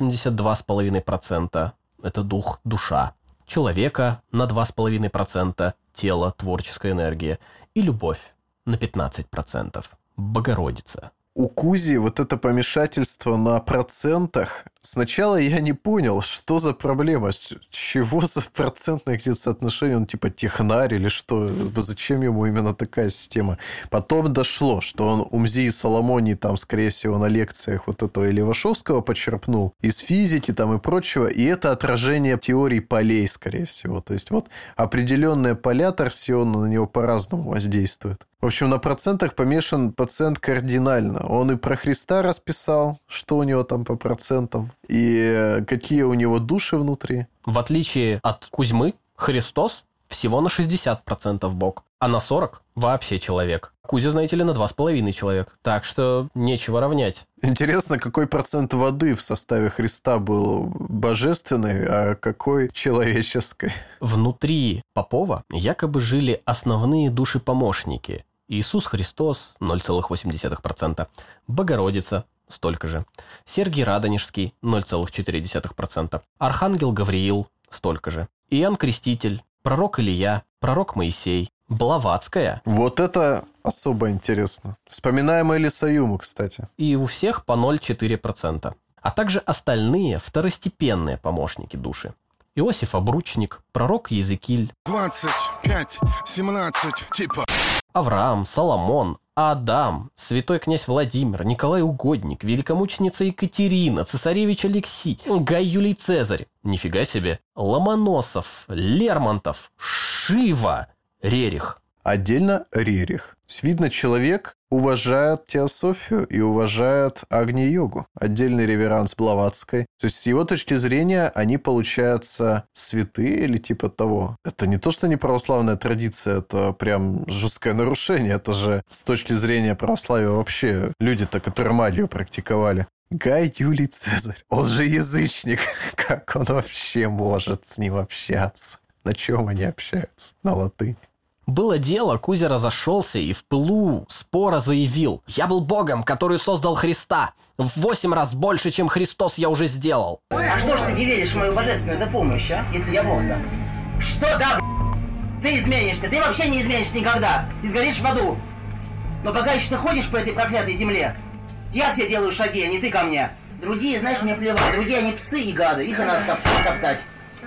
82,5% – это дух, душа. Человека на 2,5% – тело, творческая энергия. И любовь на 15% – Богородица. У Кузи вот это помешательство на процентах Сначала я не понял, что за проблема, чего за процентное где-то соотношение, он типа технарь или что, зачем ему именно такая система. Потом дошло, что он Умзии Соломоний там, скорее всего, на лекциях вот этого Левашовского почерпнул, из физики там и прочего, и это отражение теории полей, скорее всего. То есть вот определенные поля торсиона на него по-разному воздействуют. В общем, на процентах помешан пациент кардинально. Он и про Христа расписал, что у него там по процентам, и какие у него души внутри. В отличие от Кузьмы, Христос всего на 60% Бог, а на 40% вообще человек. Кузя, знаете ли, на 2,5 человек. Так что нечего равнять. Интересно, какой процент воды в составе Христа был божественный, а какой человеческой? Внутри Попова якобы жили основные души-помощники. Иисус Христос – 0,8%, Богородица – столько же, Сергий Радонежский – 0,4%, Архангел Гавриил – столько же, Иоанн Креститель, пророк Илия, пророк Моисей, Блаватская. Вот это особо интересно. Вспоминаем Элисаюму, кстати. И у всех по 0,4%. А также остальные второстепенные помощники души. Иосиф Обручник, пророк Иезекииль, 25, 17, типа. Авраам, Соломон, Адам, святой князь Владимир, Николай Угодник, великомученица Екатерина, цесаревич Алексий, Гай Юлий Цезарь, нифига себе, Ломоносов, Лермонтов, Шива, Рерих. Отдельно Рерих. Видно, человек уважает теософию и уважает Агни-йогу. Отдельный реверанс Блаватской. То есть, с его точки зрения, они, получаются, святые или типа того. Это не то, что не православная традиция, это прям жесткое нарушение. Это же с точки зрения православия вообще люди-то, которые магию практиковали. Гай Юлий Цезарь. Он же язычник. Как он вообще может с ним общаться? На чем они общаются? На латыни. Было дело, Кузя разошелся и в пылу спора заявил: «Я был Богом, который создал Христа. В 8 раз больше, чем Христос, я уже сделал». А что ж ты не веришь в мою божественную помощь, а? Если я Бог-то? Что да, ты изменишься? Ты вообще не изменишься никогда. Ты сгоришь в аду. Но пока еще ты ходишь по этой проклятой земле, я тебе делаю шаги, а не ты ко мне. Другие, знаешь, мне плевать. Другие, они псы и гады. Их надо топтать.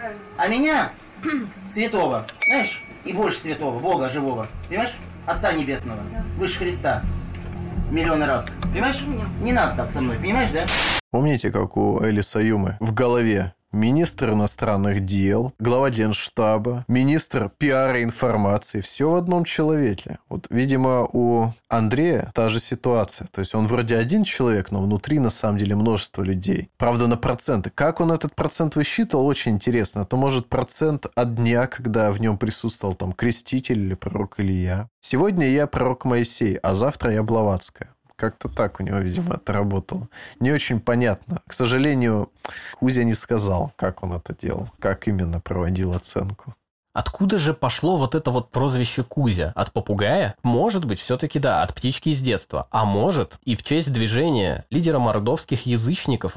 А меня, святого, знаешь, и больше святого, Бога живого, понимаешь? Отца Небесного, выше Христа. Миллионы раз. Понимаешь? Не надо так со мной, понимаешь, да? Помните, как у Элисаюмы в голове министр иностранных дел, глава Генштаба, министр пиара и информации. Все в одном человеке. Вот, видимо, у Андрея та же ситуация. То есть, он вроде один человек, но внутри, на самом деле, множество людей. Правда, на проценты. Как он этот процент высчитывал, очень интересно. Это, может, процент от дня, когда в нем присутствовал там креститель или пророк Илия. Сегодня я пророк Моисей, а завтра я Блаватская. Как-то так у него, видимо, это работало. Не очень понятно. К сожалению, Кузя не сказал, как он это делал, как именно проводил оценку. Откуда же пошло вот это вот прозвище Кузя? От попугая? Может быть, все-таки да, от птички из детства. А может, и в честь движения лидера мордовских язычников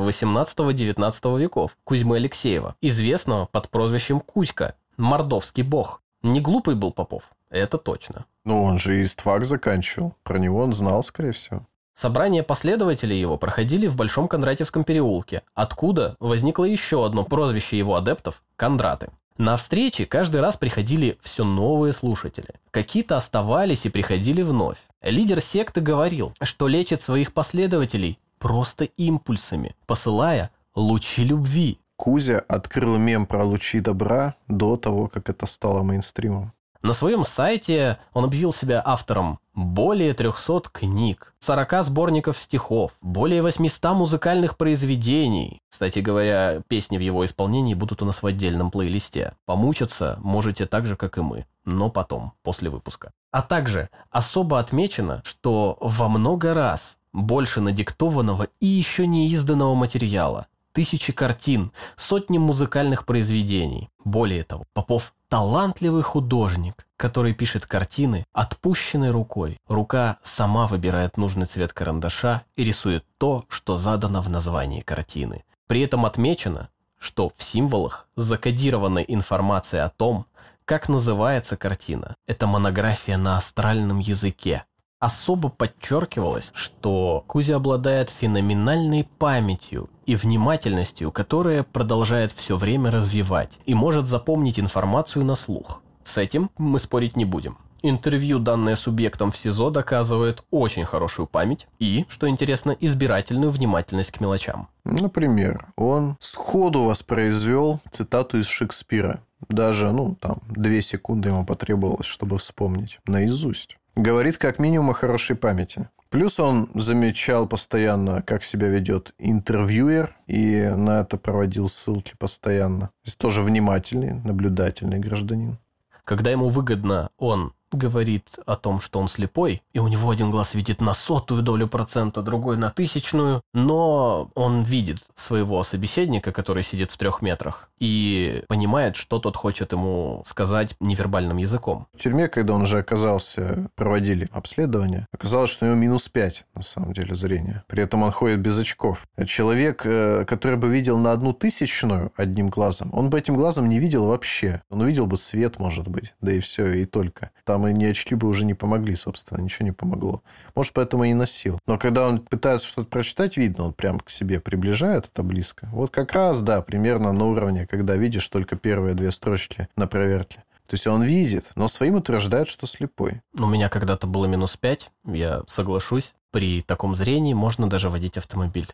18-19 веков Кузьмы Алексеева, известного под прозвищем Кузька, мордовский бог. Не глупый был Попов, это точно. Ну, он же ИСТФАК заканчивал. Про него он знал, скорее всего. Собрания последователей его проходили в Большом Кондратьевском переулке, откуда возникло еще одно прозвище его адептов – Кондраты. На встречи каждый раз приходили все новые слушатели. Какие-то оставались и приходили вновь. Лидер секты говорил, что лечит своих последователей просто импульсами, посылая лучи любви. Кузя открыл мем про лучи добра до того, как это стало мейнстримом. На своем сайте он объявил себя автором более 300 книг, 40 сборников стихов, более 800 музыкальных произведений. Кстати говоря, песни в его исполнении будут у нас в отдельном плейлисте. Помучаться можете так же, как и мы, но потом, после выпуска. А также особо отмечено, что во много раз больше надиктованного и еще не изданного материала. Тысячи картин, сотни музыкальных произведений. Более того, Попов – талантливый художник, который пишет картины отпущенной рукой. Рука сама выбирает нужный цвет карандаша и рисует то, что задано в названии картины. При этом отмечено, что в символах закодирована информация о том, как называется картина. Это монография на астральном языке. Особо подчеркивалось, что Кузя обладает феноменальной памятью и внимательностью, которая продолжает все время развивать и может запомнить информацию на слух. С этим мы спорить не будем. Интервью, данное субъектом в СИЗО, доказывает очень хорошую память и, что интересно, избирательную внимательность к мелочам. Например, он сходу воспроизвел цитату из Шекспира. Даже, 2 секунды ему потребовалось, чтобы вспомнить наизусть. Говорит как минимум о хорошей памяти. Плюс он замечал постоянно, как себя ведет интервьюер, и на это проводил ссылки постоянно. То есть тоже внимательный, наблюдательный гражданин. Когда ему выгодно, он говорит о том, что он слепой, и у него один глаз видит на 0,01%, другой на 1000%, но он видит своего собеседника, который сидит в 3 метрах, и понимает, что тот хочет ему сказать невербальным языком. В тюрьме, когда он уже оказался, проводили обследование, оказалось, что у него -5, на самом деле, зрение. При этом он ходит без очков. Человек, который бы видел на 1/1000 одним глазом, он бы этим глазом не видел вообще. Он увидел бы свет, может быть, да и все, и только. Там и ни очки бы уже не помогли, собственно, ничего не помогло. Может, поэтому и не носил. Но когда он пытается что-то прочитать, видно, он прям к себе приближает, это близко. Вот как раз, да, примерно на уровне, когда видишь только первые 2 строчки на проверке. То есть он видит, но своим утверждает, что слепой. У меня когда-то было -5, я соглашусь. При таком зрении можно даже водить автомобиль.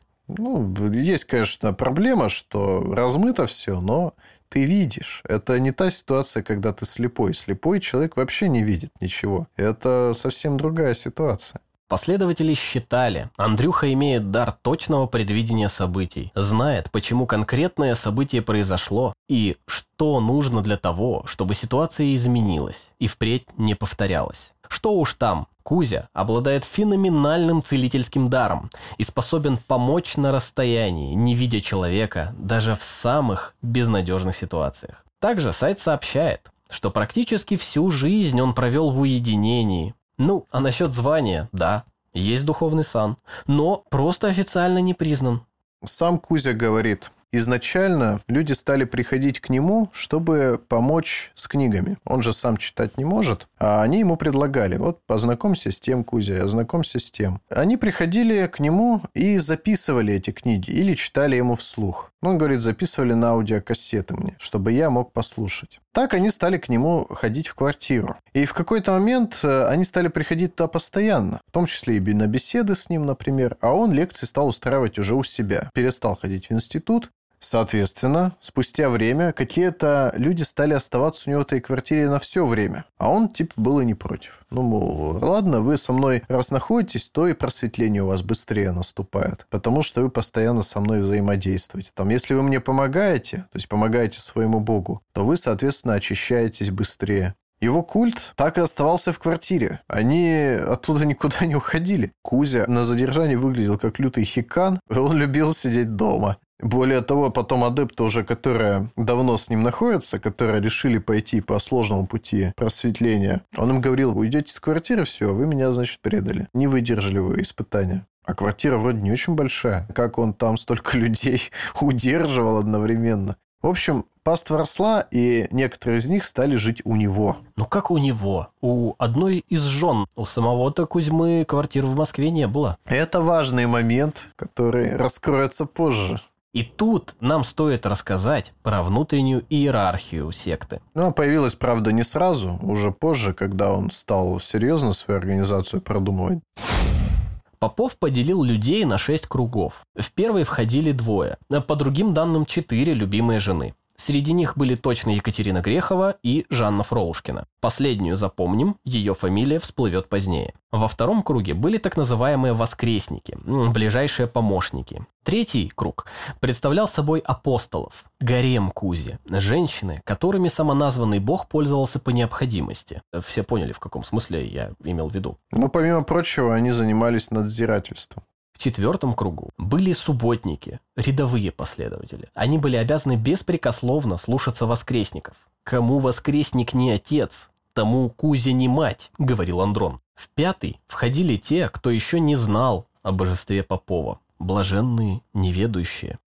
Есть, конечно, проблема, что размыто все, но ты видишь. Это не та ситуация, когда ты слепой. Слепой человек вообще не видит ничего. Это совсем другая ситуация. Последователи считали, Андрюха имеет дар точного предвидения событий, знает, почему конкретное событие произошло и что нужно для того, чтобы ситуация изменилась и впредь не повторялась. Что уж там, Кузя обладает феноменальным целительским даром и способен помочь на расстоянии, не видя человека, даже в самых безнадежных ситуациях. Также сайт сообщает, что практически всю жизнь он провел в уединении. А насчет звания, да, есть духовный сан, но просто официально не признан. Сам Кузя говорит, изначально люди стали приходить к нему, чтобы помочь с книгами. Он же сам читать не может, а они ему предлагали, вот познакомься с тем, Кузя, ознакомься с тем. Они приходили к нему и записывали эти книги или читали ему вслух. Он говорит, записывали на аудиокассеты мне, чтобы я мог послушать. Так они стали к нему ходить в квартиру. И в какой-то момент они стали приходить туда постоянно, в том числе и на беседы с ним, например, а он лекции стал устраивать уже у себя. Перестал ходить в институт. Соответственно, спустя время какие-то люди стали оставаться у него в этой квартире на все время. А он, был и не против. Ладно, вы со мной раз находитесь, то и просветление у вас быстрее наступает. Потому что вы постоянно со мной взаимодействуете. Если вы мне помогаете, то есть помогаете своему Богу, то вы, соответственно, очищаетесь быстрее. Его культ так и оставался в квартире. Они оттуда никуда не уходили. Кузя на задержании выглядел как лютый хикан. Он любил сидеть дома. Более того, потом адепты уже, которые давно с ним находятся, которые решили пойти по сложному пути просветления, он им говорил, вы уйдете из квартиры, все, вы меня, значит, предали. Не выдержали вы испытания. А квартира вроде не очень большая. Как он там столько людей удерживал одновременно? В общем, паства росла, и некоторые из них стали жить у него. Как у него? У одной из жен. У самого-то Кузьмы квартир в Москве не было. Это важный момент, который раскроется позже. И тут нам стоит рассказать про внутреннюю иерархию секты. Она появилась, правда, не сразу, уже позже, когда он стал серьезно свою организацию продумывать. Попов поделил людей на 6 кругов. В первый входили 2, по другим данным 4 любимые жены. Среди них были точно Екатерина Грехова и Жанна Фроушкина. Последнюю запомним, ее фамилия всплывет позднее. Во втором круге были так называемые воскресники, ближайшие помощники. Третий круг представлял собой апостолов, гарем Кузи, женщины, которыми самоназванный бог пользовался по необходимости. Все поняли, в каком смысле я имел в виду. Помимо прочего, они занимались надзирательством. В четвертом кругу были субботники, рядовые последователи. Они были обязаны беспрекословно слушаться воскресников. «Кому воскресник не отец, тому Кузя не мать», — говорил Андрон. В пятый входили те, кто еще не знал о божестве Попова. Блаженные, неведущие.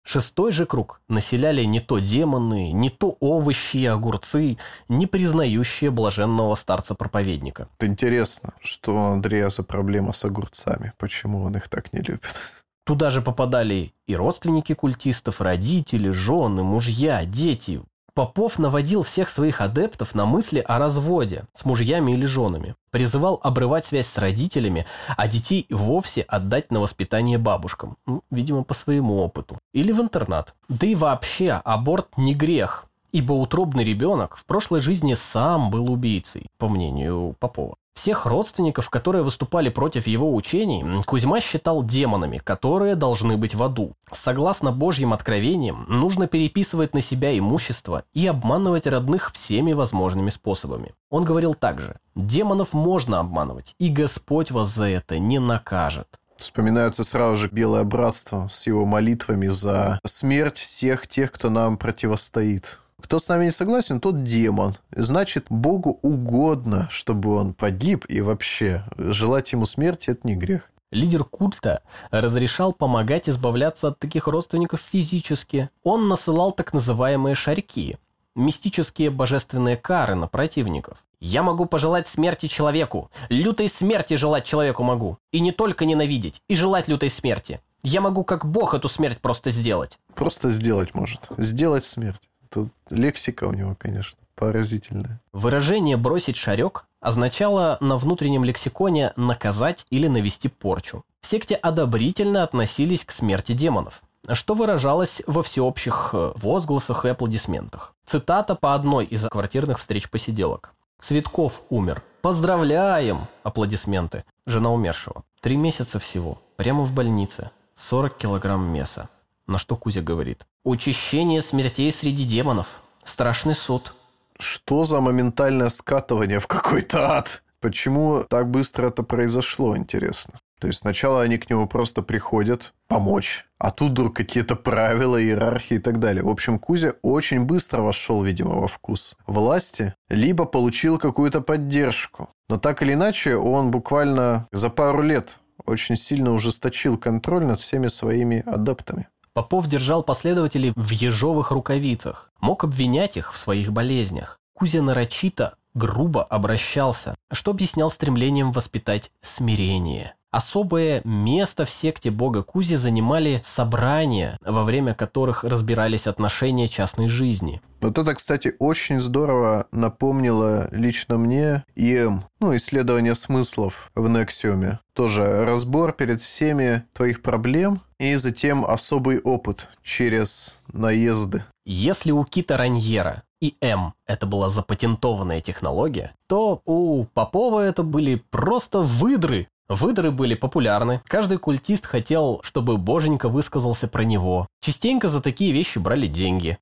Шестой же круг населяли не то демоны, не то овощи и огурцы, не признающие блаженного старца-проповедника. Это интересно, что у Андреаса проблема с огурцами. Почему он их так не любит? Туда же попадали и родственники культистов, родители, жены, мужья, дети. Попов наводил всех своих адептов на мысли о разводе с мужьями или женами. Призывал обрывать связь с родителями, а детей вовсе отдать на воспитание бабушкам. Видимо, по своему опыту. Или в интернат. Да и вообще, аборт не грех, ибо утробный ребенок в прошлой жизни сам был убийцей, по мнению Попова. Всех родственников, которые выступали против его учений, Кузьма считал демонами, которые должны быть в аду. Согласно Божьим откровениям, нужно переписывать на себя имущество и обманывать родных всеми возможными способами. Он говорил также: демонов можно обманывать, и Господь вас за это не накажет. Вспоминается сразу же Белое Братство с его молитвами за смерть всех тех, кто нам противостоит. Кто с нами не согласен, тот демон. Значит, Богу угодно, чтобы он погиб, и вообще желать ему смерти – это не грех. Лидер культа разрешал помогать избавляться от таких родственников физически. Он насылал так называемые шарьки – мистические божественные кары на противников. «Я могу пожелать смерти человеку, лютой смерти желать человеку могу. И не только ненавидеть, и желать лютой смерти. Я могу как Бог эту смерть просто сделать». Просто сделать может. Сделать смерть. Тут лексика у него, конечно, поразительная. Выражение «бросить шарек» означало на внутреннем лексиконе наказать или навести порчу. В секте одобрительно относились к смерти демонов, что выражалось во всеобщих возгласах и аплодисментах. Цитата по одной из квартирных встреч-посиделок. «Цветков умер. Поздравляем!» Аплодисменты. Жена умершего. 3 месяца всего. Прямо в больнице. 40 килограмм мяса. На что Кузя говорит: «Учащение смертей среди демонов. Страшный суд». Что за моментальное скатывание в какой-то ад? Почему так быстро это произошло, интересно? То есть сначала они к нему просто приходят помочь, а тут вдруг какие-то правила, иерархии и так далее. В общем, Кузя очень быстро вошел, видимо, во вкус власти, либо получил какую-то поддержку. Но так или иначе, он буквально за пару лет очень сильно ужесточил контроль над всеми своими адептами. Попов держал последователей в ежовых рукавицах, мог обвинять их в своих болезнях. Кузя нарочито, грубо обращался, что объяснял стремлением воспитать смирение. Особое место в секте бога Кузи занимали собрания, во время которых разбирались отношения частной жизни. Вот это, кстати, очень здорово напомнило лично мне ИМ, исследование смыслов в Нексиуме. Тоже разбор перед всеми твоих проблем и затем особый опыт через наезды. Если у Кита Раньера и М это была запатентованная технология, то у Попова это были просто выдры. Выдры были популярны. Каждый культист хотел, чтобы боженька высказался про него. Частенько за такие вещи брали деньги.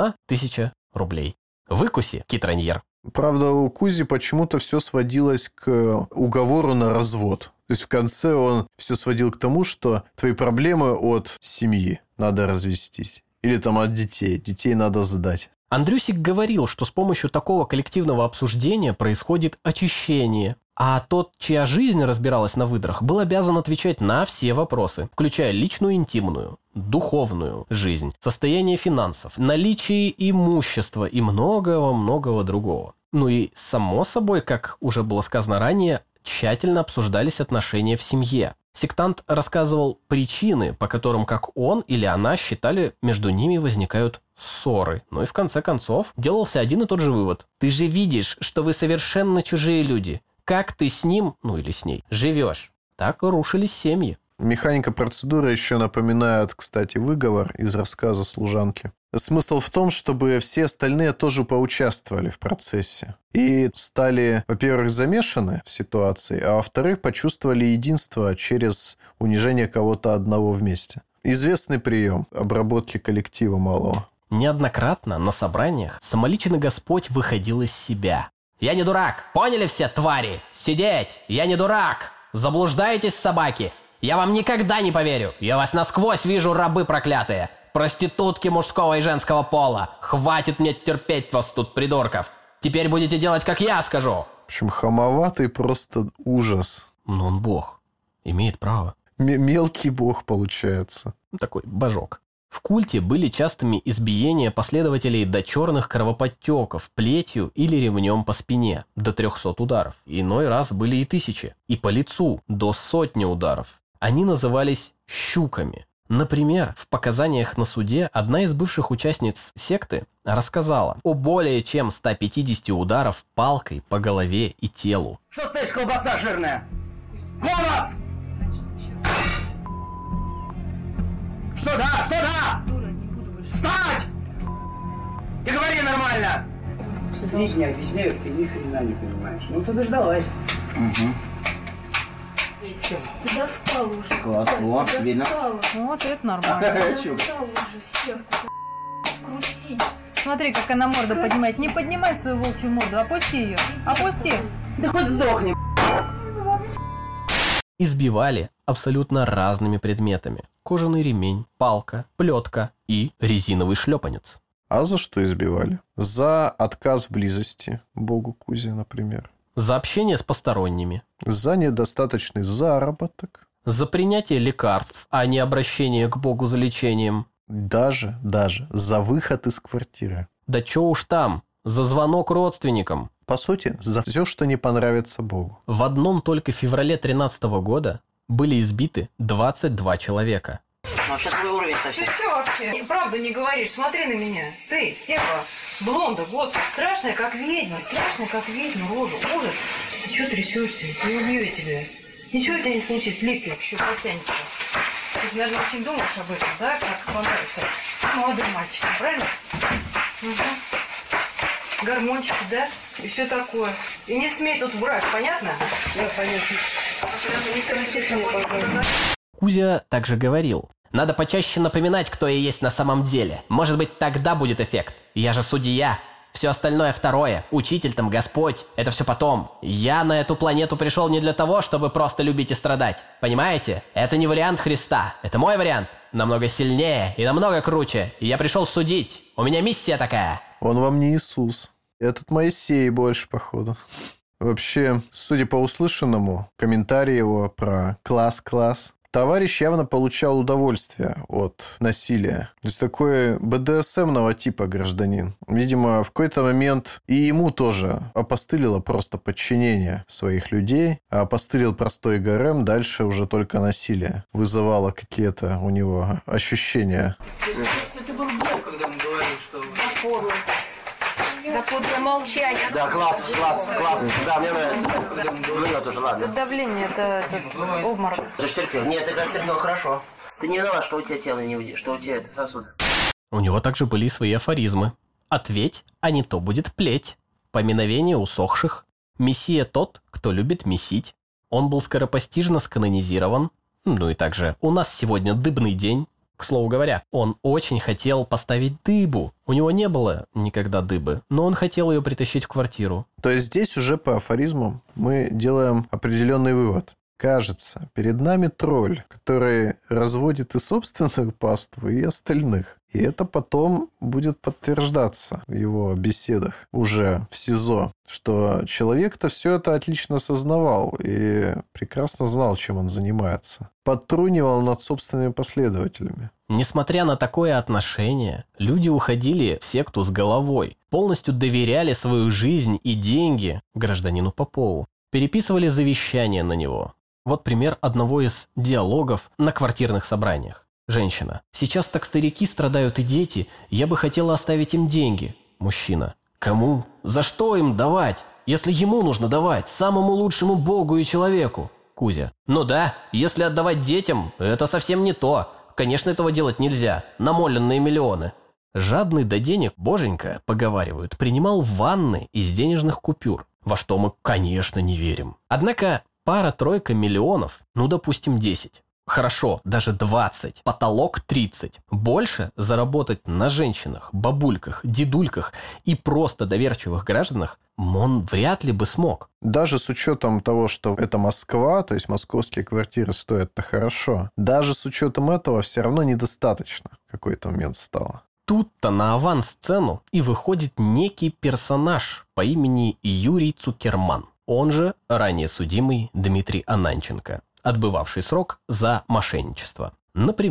1000 рублей. Выкуси, Китраньер. Правда, у Кузи почему-то все сводилось к уговору на развод. То есть в конце он все сводил к тому, что твои проблемы от семьи, надо развестись. Или там от детей. Детей надо сдать. Андрюсик говорил, что с помощью такого коллективного обсуждения происходит очищение. А тот, чья жизнь разбиралась на выдрах, был обязан отвечать на все вопросы, включая личную интимную, духовную жизнь, состояние финансов, наличие имущества и многого-многого другого. И, само собой, как уже было сказано ранее, тщательно обсуждались отношения в семье. Сектант рассказывал причины, по которым как он или она считали, между ними возникают ссоры. И в конце концов делался один и тот же вывод. «Ты же видишь, что вы совершенно чужие люди. Как ты с ним, или с ней, живешь?» Так рушились семьи. Механика процедуры еще напоминает, кстати, выговор из рассказа служанки. Смысл в том, чтобы все остальные тоже поучаствовали в процессе. И стали, во-первых, замешаны в ситуации, а во-вторых, почувствовали единство через унижение кого-то одного вместе. Известный прием обработки коллектива малого. Неоднократно на собраниях самоличный Господь выходил из себя. «Я не дурак! Поняли все, твари? Сидеть! Я не дурак! Заблуждаетесь, собаки! Я вам никогда не поверю! Я вас насквозь вижу, рабы проклятые! Проститутки мужского и женского пола! Хватит мне терпеть вас тут, придурков! Теперь будете делать, как я скажу!» В общем, хамоватый просто ужас. Но он бог. Имеет право. Мелкий бог получается. Такой божок. В культе были частыми избиения последователей до черных кровоподтеков, плетью или ремнем по спине до 300 ударов. Иной раз были и 1000. И по лицу до 100 ударов. Они назывались щуками. Например, в показаниях на суде одна из бывших участниц секты рассказала о более чем 150 ударов палкой по голове и телу. Что стоишь, колбаса жирная? Голос! Что да? Что да? Встать! И говори нормально! Они не объясняют, ты ни хрена не понимаешь. Ну ты дождалась. Угу. Ты достал уже. Класс, вот, видно. Вот это нормально. Достал уже всех. Крути. Смотри, как она морду поднимает. Не поднимай свою волчью морду, опусти ее. Опусти. Да хоть сдохни. Избивали абсолютно разными предметами. Кожаный ремень, палка, плетка и резиновый шлепанец. А за что избивали? За отказ в близости богу Кузе, например. За общение с посторонними. За недостаточный заработок. За принятие лекарств, а не обращение к богу за лечением. Даже за выход из квартиры. Да чё уж там, за звонок родственникам. По сути, за все, что не понравится богу. В одном только феврале 2013 года были избиты 22 человека. Вообще твой уровень совсем. Ты что вообще? Правду не говоришь, смотри на меня. Ты, Степа, блонда, господи, страшная, как ведьма, рожу, ужас. Ты что трясешься? Не убью я тебя. Ничего у тебя не случится, липкий, еще потянется. Ты же, наверное, очень думаешь об этом, да, как понравится. Молодой мальчик, правильно? Угу. Гормончики, да? И все такое. И не смей тут врать, понятно? Да, понятно. Кузя также говорил: надо почаще напоминать, кто я есть на самом деле. Может быть, тогда будет эффект. Я же судья. Все остальное второе. Учитель там, Господь. Это все потом. Я на эту планету пришел не для того, чтобы просто любить и страдать. Понимаете? Это не вариант Христа. Это мой вариант. Намного сильнее и намного круче. И я пришел судить. У меня миссия такая. Он вам не Иисус. Этот Моисей больше, походу. Вообще, судя по услышанному, комментарий его про класс, товарищ явно получал удовольствие от насилия. То есть такой БДСМного типа гражданин. Видимо, в какой-то момент и ему тоже опостылило просто подчинение своих людей, а опостылил простой ГРМ, дальше уже только насилие вызывало какие-то у него ощущения. Это был Бог, когда он говорил, что... За подлость. За подлое молчание. Да, класс. Да, мне нравится. Мне тоже, ладно. Это давление, это обморок. Ты же терпел. Нет, ты как раз терпел хорошо. Ты не виноват, что у тебя тело не что у тебя это сосуд. У него также были свои афоризмы. «Ответь, а не то будет плеть». «Поминовение усохших». «Мессия тот, кто любит месить». Он был скоропостижно сканонизирован. Ну и также «У нас сегодня дыбный день». К слову говоря, он очень хотел поставить дыбу. У него не было никогда дыбы, но он хотел ее притащить в квартиру. То есть здесь уже по афоризму мы делаем определенный вывод. Кажется, перед нами тролль, который разводит и собственных паству, и остальных. И это потом будет подтверждаться в его беседах уже в СИЗО, что человек-то все это отлично осознавал и прекрасно знал, чем он занимается. Подтрунивал над собственными последователями. Несмотря на такое отношение, люди уходили в секту с головой, полностью доверяли свою жизнь и деньги гражданину Попову, переписывали завещание на него. Вот пример одного из диалогов на квартирных собраниях. Женщина: «Сейчас так старики страдают и дети, я бы хотела оставить им деньги». Мужчина: «Кому? За что им давать? Если ему нужно давать, самому лучшему богу и человеку». Кузя: «Ну да, если отдавать детям, это совсем не то. Конечно, этого делать нельзя. Намоленные миллионы». Жадный до денег боженька, поговаривают, принимал ванны из денежных купюр, во что мы, конечно, не верим. Однако пара-тройка миллионов, ну, допустим, 10. Хорошо, даже 20, потолок 30. Больше заработать на женщинах, бабульках, дедульках и просто доверчивых гражданах он вряд ли бы смог. Даже с учетом того, что это Москва, то есть московские квартиры стоят-то хорошо, даже с учетом этого все равно недостаточно в какой-то момент стало. Тут-то на авансцену и выходит некий персонаж по имени Юрий Цукерман, он же ранее судимый Дмитрий Ананченко, отбывавший срок за мошенничество. Например,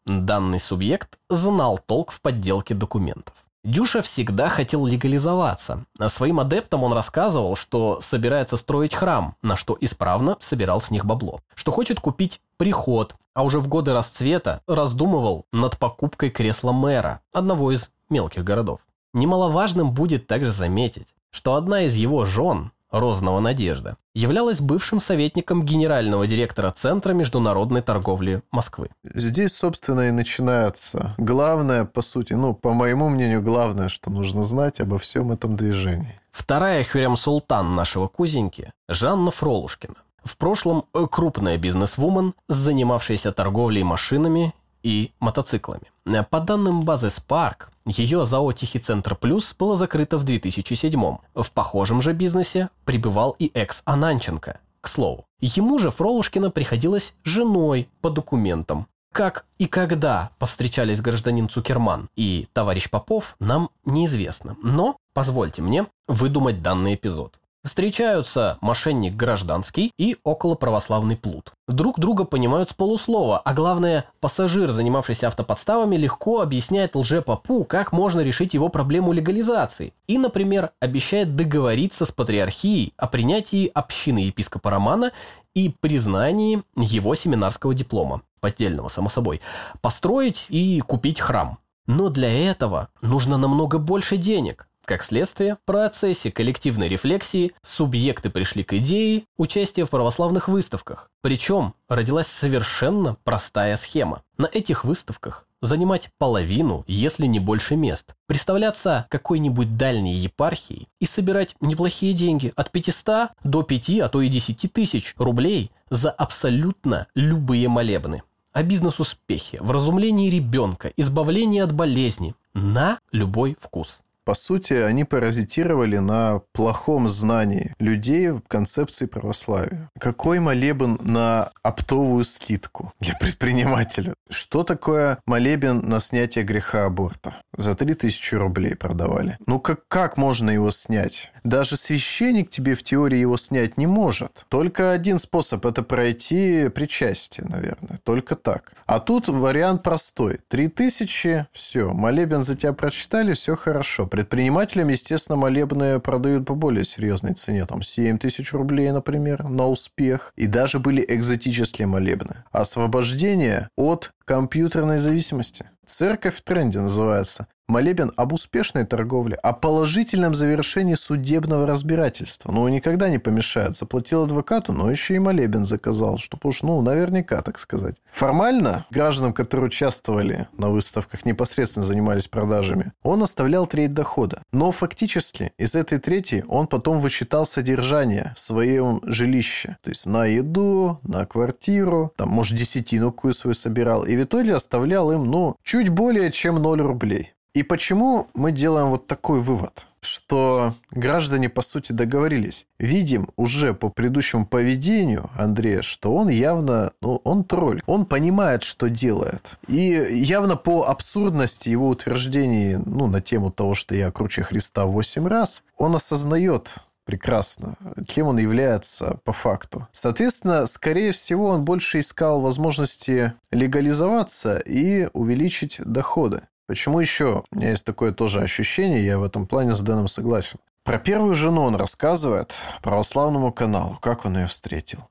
Данный субъект знал толк в подделке документов. Дюша всегда хотел легализоваться. Своим адептам он рассказывал, что собирается строить храм, на что исправно собирал с них бабло. Что хочет купить приход, а уже в годы расцвета раздумывал над покупкой кресла мэра одного из мелких городов. Немаловажным будет также заметить, что одна из его жен, Рознова Надежда, являлась бывшим советником генерального директора Центра международной торговли Москвы. Здесь, собственно, и начинается главное, по сути, по моему мнению, главное, что нужно знать обо всем этом движении. Вторая Хюррем-Султан нашего кузеньки – Жанна Фролушкина. В прошлом крупная бизнесвумен, занимавшаяся торговлей машинами и мотоциклами. По данным базы Spark, ее ЗАО «Тихий Центр Плюс» было закрыто в 2007-м. В похожем же бизнесе пребывал и экс-Ананченко. К слову, ему же Фролушкина приходилась женой по документам. Как и когда повстречались гражданин Цукерман и товарищ Попов, нам неизвестно. Но позвольте мне выдумать данный эпизод. Встречаются мошенник гражданский и околоправославный плут. Друг друга понимают с полуслова, а главное, пассажир, занимавшийся автоподставами, легко объясняет лжепопу, как можно решить его проблему легализации. И, например, обещает договориться с патриархией о принятии общины епископа Романа и признании его семинарского диплома, поддельного, само собой, построить и купить храм. Но для этого нужно намного больше денег. Как следствие, в процессе коллективной рефлексии субъекты пришли к идее участия в православных выставках. Причем родилась совершенно простая схема. На этих выставках занимать половину, если не больше мест, представляться какой-нибудь дальней епархией и собирать неплохие деньги от 500 до 5, а то и 10 тысяч рублей за абсолютно любые молебны. О бизнес-успехе, вразумлении ребенка, избавлении от болезни на любой вкус. По сути, они паразитировали на плохом знании людей в концепции православия. Какой молебен на оптовую скидку для предпринимателя? Что такое молебен на снятие греха аборта? За 3000 рублей продавали. Как можно его снять? Даже священник тебе в теории его снять не может. Только один способ – это пройти причастие, наверное. Только так. А тут вариант простой. 3000, все, молебен за тебя прочитали, все хорошо. Предпринимателям, естественно, молебны продают по более серьезной цене. Там 7000 рублей, например, на успех. И даже были экзотические молебны. Освобождение от компьютерной зависимости. Церковь в тренде называется. Молебен об успешной торговле, о положительном завершении судебного разбирательства. Никогда не помешает. Заплатил адвокату, но еще и молебен заказал, чтобы уж, наверняка, так сказать. Формально гражданам, которые участвовали на выставках, непосредственно занимались продажами, он оставлял треть дохода. Но фактически из этой трети он потом вычитал содержание в своем жилище. То есть на еду, на квартиру, там, может, десятину какую свою собирал. И в итоге оставлял им, чуть более чем 0 рублей. И почему мы делаем вот такой вывод? Что граждане, по сути, договорились. Видим уже по предыдущему поведению Андрея, что он явно, он тролль. Он понимает, что делает. И явно по абсурдности его утверждений, на тему того, что я круче Христа в 8 раз, он осознает прекрасно, кем он является по факту. Соответственно, скорее всего, он больше искал возможности легализоваться и увеличить доходы. Почему еще? У меня есть такое тоже ощущение, я в этом плане с Дэном согласен. Про первую жену он рассказывает православному каналу, как он ее встретил.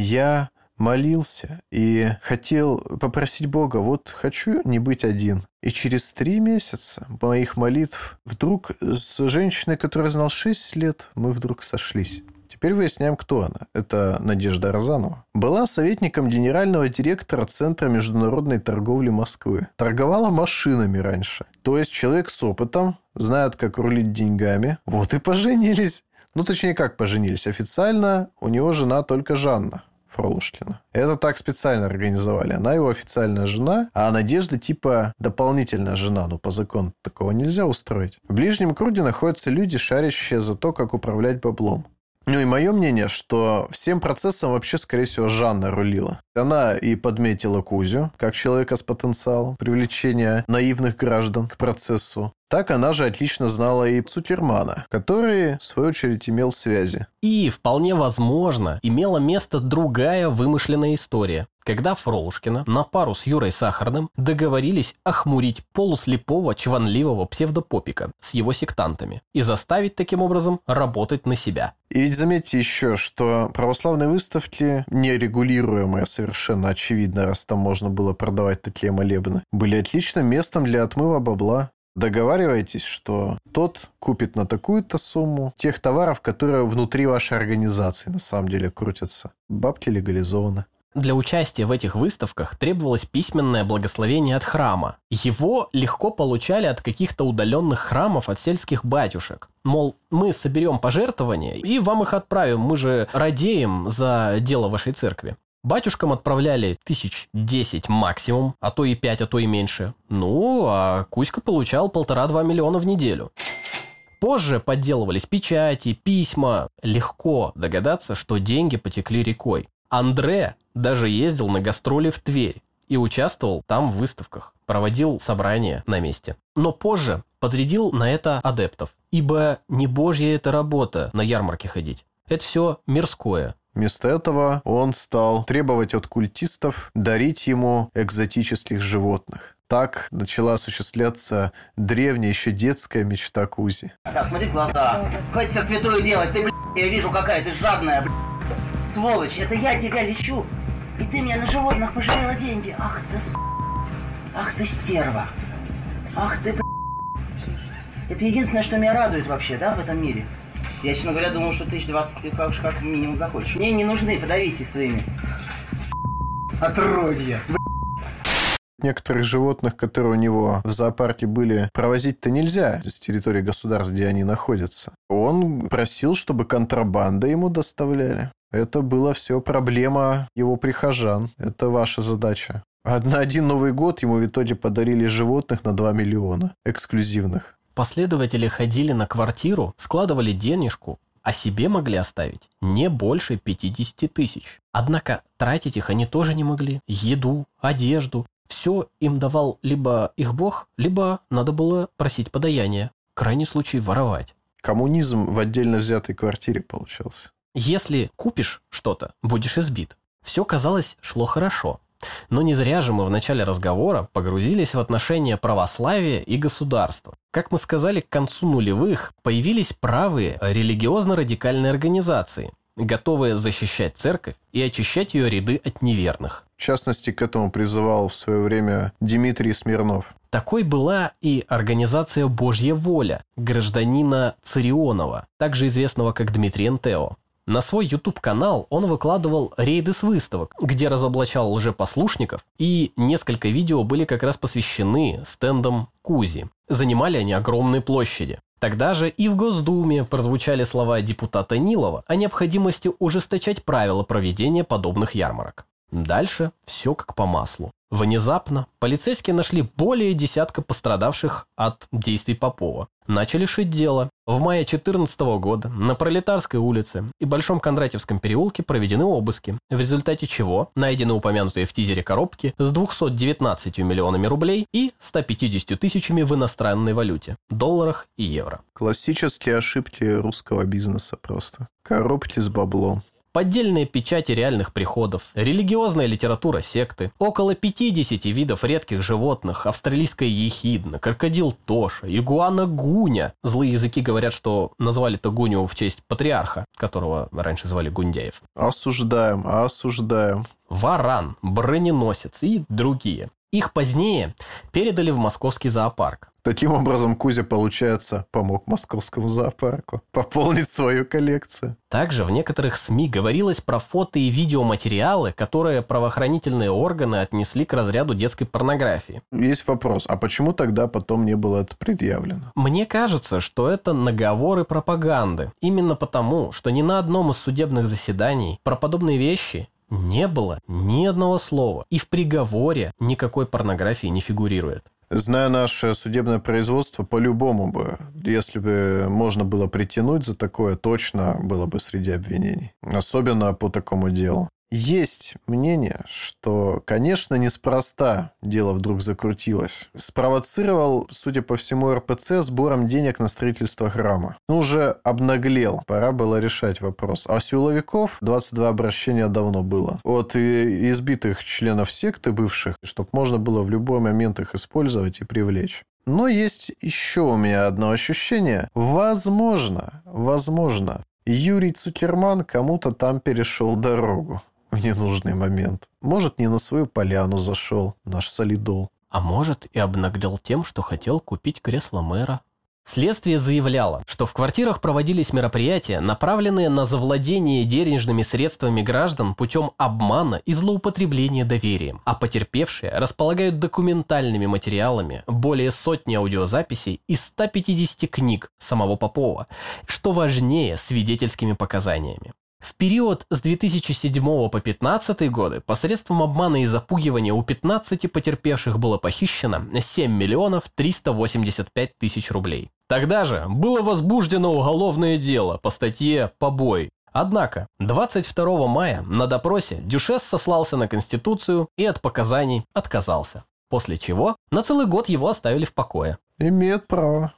Я молился и хотел попросить Бога, хочу не быть один. И через 3 месяца моих молитв вдруг с женщиной, которую я знал 6 лет, мы вдруг сошлись. Теперь выясняем, кто она. Это Надежда Розанова. Была советником генерального директора Центра международной торговли Москвы. Торговала машинами раньше. То есть человек с опытом, знает, как рулить деньгами. И поженились. Точнее, как поженились. Официально у него жена только Жанна Фролушкина. Это так специально организовали. Она его официальная жена, а Надежда типа дополнительная жена. По закону такого нельзя устроить. В ближнем круге находятся люди, шарящие за то, как управлять баблом. И мое мнение, что всем процессом вообще, скорее всего, Жанна рулила. Она и подметила Кузю, как человека с потенциалом привлечения наивных граждан к процессу. Так она же отлично знала и Цукермана, который, в свою очередь, имел связи. И, вполне возможно, имела место другая вымышленная история, когда Фролушкина на пару с Юрой Сахарным договорились охмурить полуслепого, чванливого псевдопопика с его сектантами и заставить таким образом работать на себя. И ведь заметьте еще, что православные выставки, нерегулируемые совершенно очевидно, раз там можно было продавать такие молебны, были отличным местом для отмыва бабла. Договариваетесь, что тот купит на такую-то сумму тех товаров, которые внутри вашей организации на самом деле крутятся. Бабки легализованы. Для участия в этих выставках требовалось письменное благословение от храма. Его легко получали от каких-то удаленных храмов от сельских батюшек. Мол, мы соберем пожертвования и вам их отправим, мы же радеем за дело вашей церкви. Батюшкам отправляли 1010 максимум, а то и 5, а то и меньше. Ну, а Кузька получал 1,5-2 миллиона в неделю. Позже подделывались печати, письма. Легко догадаться, что деньги потекли рекой. Андре даже ездил на гастроли в Тверь и участвовал там в выставках, проводил собрания на месте. Но позже подрядил на это адептов, ибо не божья эта работа на ярмарке ходить. Это все мирское. Вместо этого он стал требовать от культистов дарить ему экзотических животных. Так начала осуществляться древняя еще детская мечта Кузи. Так, смотри в глаза. Хватит себя святое делать. Ты, я вижу, какая ты жадная, сволочь. Это я тебя лечу. И ты мне на животных пожалела деньги. Ах ты, ах ты стерва. Ах ты, Это единственное, что меня радует вообще, да, в этом мире. Я, честно говоря, думал, что 1020 ты как минимум захочешь. Мне не нужны, подавись их своими. Отродья. Некоторых животных, которые у него в зоопарке были, провозить-то нельзя с территории государств, где они находятся. Он просил, чтобы контрабанда ему доставляли. Это была все проблема его прихожан. Это ваша задача. На один Новый год ему в итоге подарили животных на 2 миллиона эксклюзивных. Последователи ходили на квартиру, складывали денежку, а себе могли оставить не больше 50 тысяч. Однако тратить их они тоже не могли. Еду, одежду. Все им давал либо их бог, либо надо было просить подаяние. В крайнем случае воровать. Коммунизм в отдельно взятой квартире получался. Если купишь что-то, будешь избит. Все, казалось, шло хорошо. Но не зря же мы в начале разговора погрузились в отношения православия и государства. Как мы сказали, к концу нулевых появились правые религиозно-радикальные организации, готовые защищать церковь и очищать ее ряды от неверных. В частности, к этому призывал в свое время Дмитрий Смирнов. Такой была и организация «Божья воля» гражданина Царионова, также известного как Дмитрий НТО. На свой YouTube-канал он выкладывал рейды с выставок, где разоблачал лжепослушников, и несколько видео были как раз посвящены стендам Кузи. Занимали они огромные площади. Тогда же и в Госдуме прозвучали слова депутата Нилова о необходимости ужесточать правила проведения подобных ярмарок. Дальше все как по маслу. Внезапно полицейские нашли более десятка пострадавших от действий Попова. Начали шить дело. В мае 2014 года на Пролетарской улице и Большом Кондратьевском переулке проведены обыски, в результате чего найдены упомянутые в тизере коробки с 219 миллионами рублей и 150 тысячами в иностранной валюте, долларах и евро. Классические ошибки русского бизнеса просто. Коробки с баблом. Поддельные печати реальных приходов, религиозная литература секты, около 50 видов редких животных, австралийская ехидна, крокодил Тоша, игуана Гуня. Злые языки говорят, что назвали-то Гуню в честь патриарха, которого раньше звали Гундяев. Осуждаем. Варан, броненосец и другие. Их позднее передали в московский зоопарк. Таким образом, Кузя, получается, помог московскому зоопарку пополнить свою коллекцию. Также в некоторых СМИ говорилось про фото и видеоматериалы, которые правоохранительные органы отнесли к разряду детской порнографии. Есть вопрос, а почему тогда потом не было это предъявлено? Мне кажется, что это наговоры пропаганды. Именно потому, что ни на одном из судебных заседаний про подобные вещи не было ни одного слова. И в приговоре никакой порнографии не фигурирует. Зная наше судебное производство, по-любому бы, если бы можно было притянуть за такое, точно было бы среди обвинений. Особенно по такому делу. Есть мнение, что, конечно, неспроста дело вдруг закрутилось. Спровоцировал, судя по всему, РПЦ сбором денег на строительство храма. Уже обнаглел. Пора было решать вопрос. А у силовиков 22 обращения давно было. От избитых членов секты бывших, чтобы можно было в любой момент их использовать и привлечь. Но есть еще у меня одно ощущение. Возможно, Юрий Цукерман кому-то там перешел дорогу в ненужный момент. Может, не на свою поляну зашел, наш солидол. А может, и обнаглел тем, что хотел купить кресло мэра. Следствие заявляло, что в квартирах проводились мероприятия, направленные на завладение денежными средствами граждан путем обмана и злоупотребления доверием, а потерпевшие располагают документальными материалами, более сотни аудиозаписей и 150 книг самого Попова, что важнее, свидетельскими показаниями. В период с 2007 по 2015 годы посредством обмана и запугивания у 15 потерпевших было похищено 7 миллионов 385 тысяч рублей. Тогда же было возбуждено уголовное дело по статье «Побой». Однако 22 мая на допросе Дюшес сослался на Конституцию и от показаний отказался. После чего на целый год его оставили в покое. Имеет право.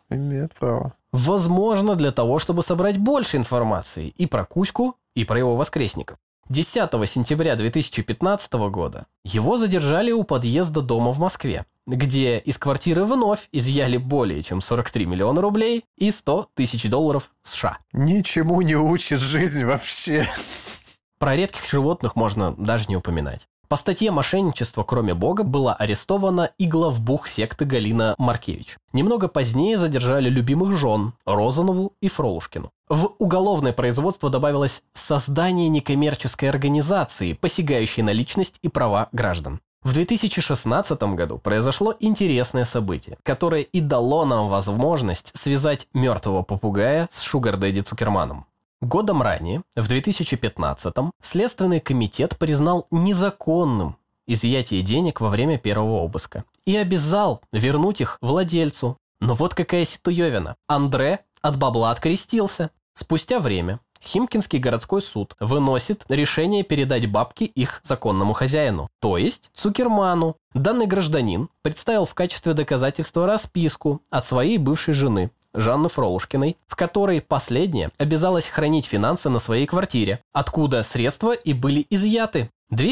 Возможно, для того, чтобы собрать больше информации и про Кузьку, и про его воскресников. 10 сентября 2015 года его задержали у подъезда дома в Москве, где из квартиры вновь изъяли более чем 43 миллиона рублей и 100 тысяч долларов США. Ничему не учит жизнь вообще. Про редких животных можно даже не упоминать. По статье «Мошенничество, кроме Бога» была арестована и главбух секты Галина Маркевич. Немного позднее задержали любимых жен Розанову и Фролушкину. В уголовное производство добавилось создание некоммерческой организации, посягающей на личность и права граждан. В 2016 году произошло интересное событие, которое и дало нам возможность связать мертвого попугая с шугар-дэдди Цукерманом. Годом ранее, в 2015-м, Следственный комитет признал незаконным изъятие денег во время первого обыска и обязал вернуть их владельцу. Но вот какая ситуевина. Андре от бабла открестился. Спустя время Химкинский городской суд выносит решение передать бабки их законному хозяину, то есть Цукерману. Данный гражданин представил в качестве доказательства расписку от своей бывшей жены, Жанны Фролушкиной, в которой последняя обязалась хранить финансы на своей квартире, откуда средства и были изъяты.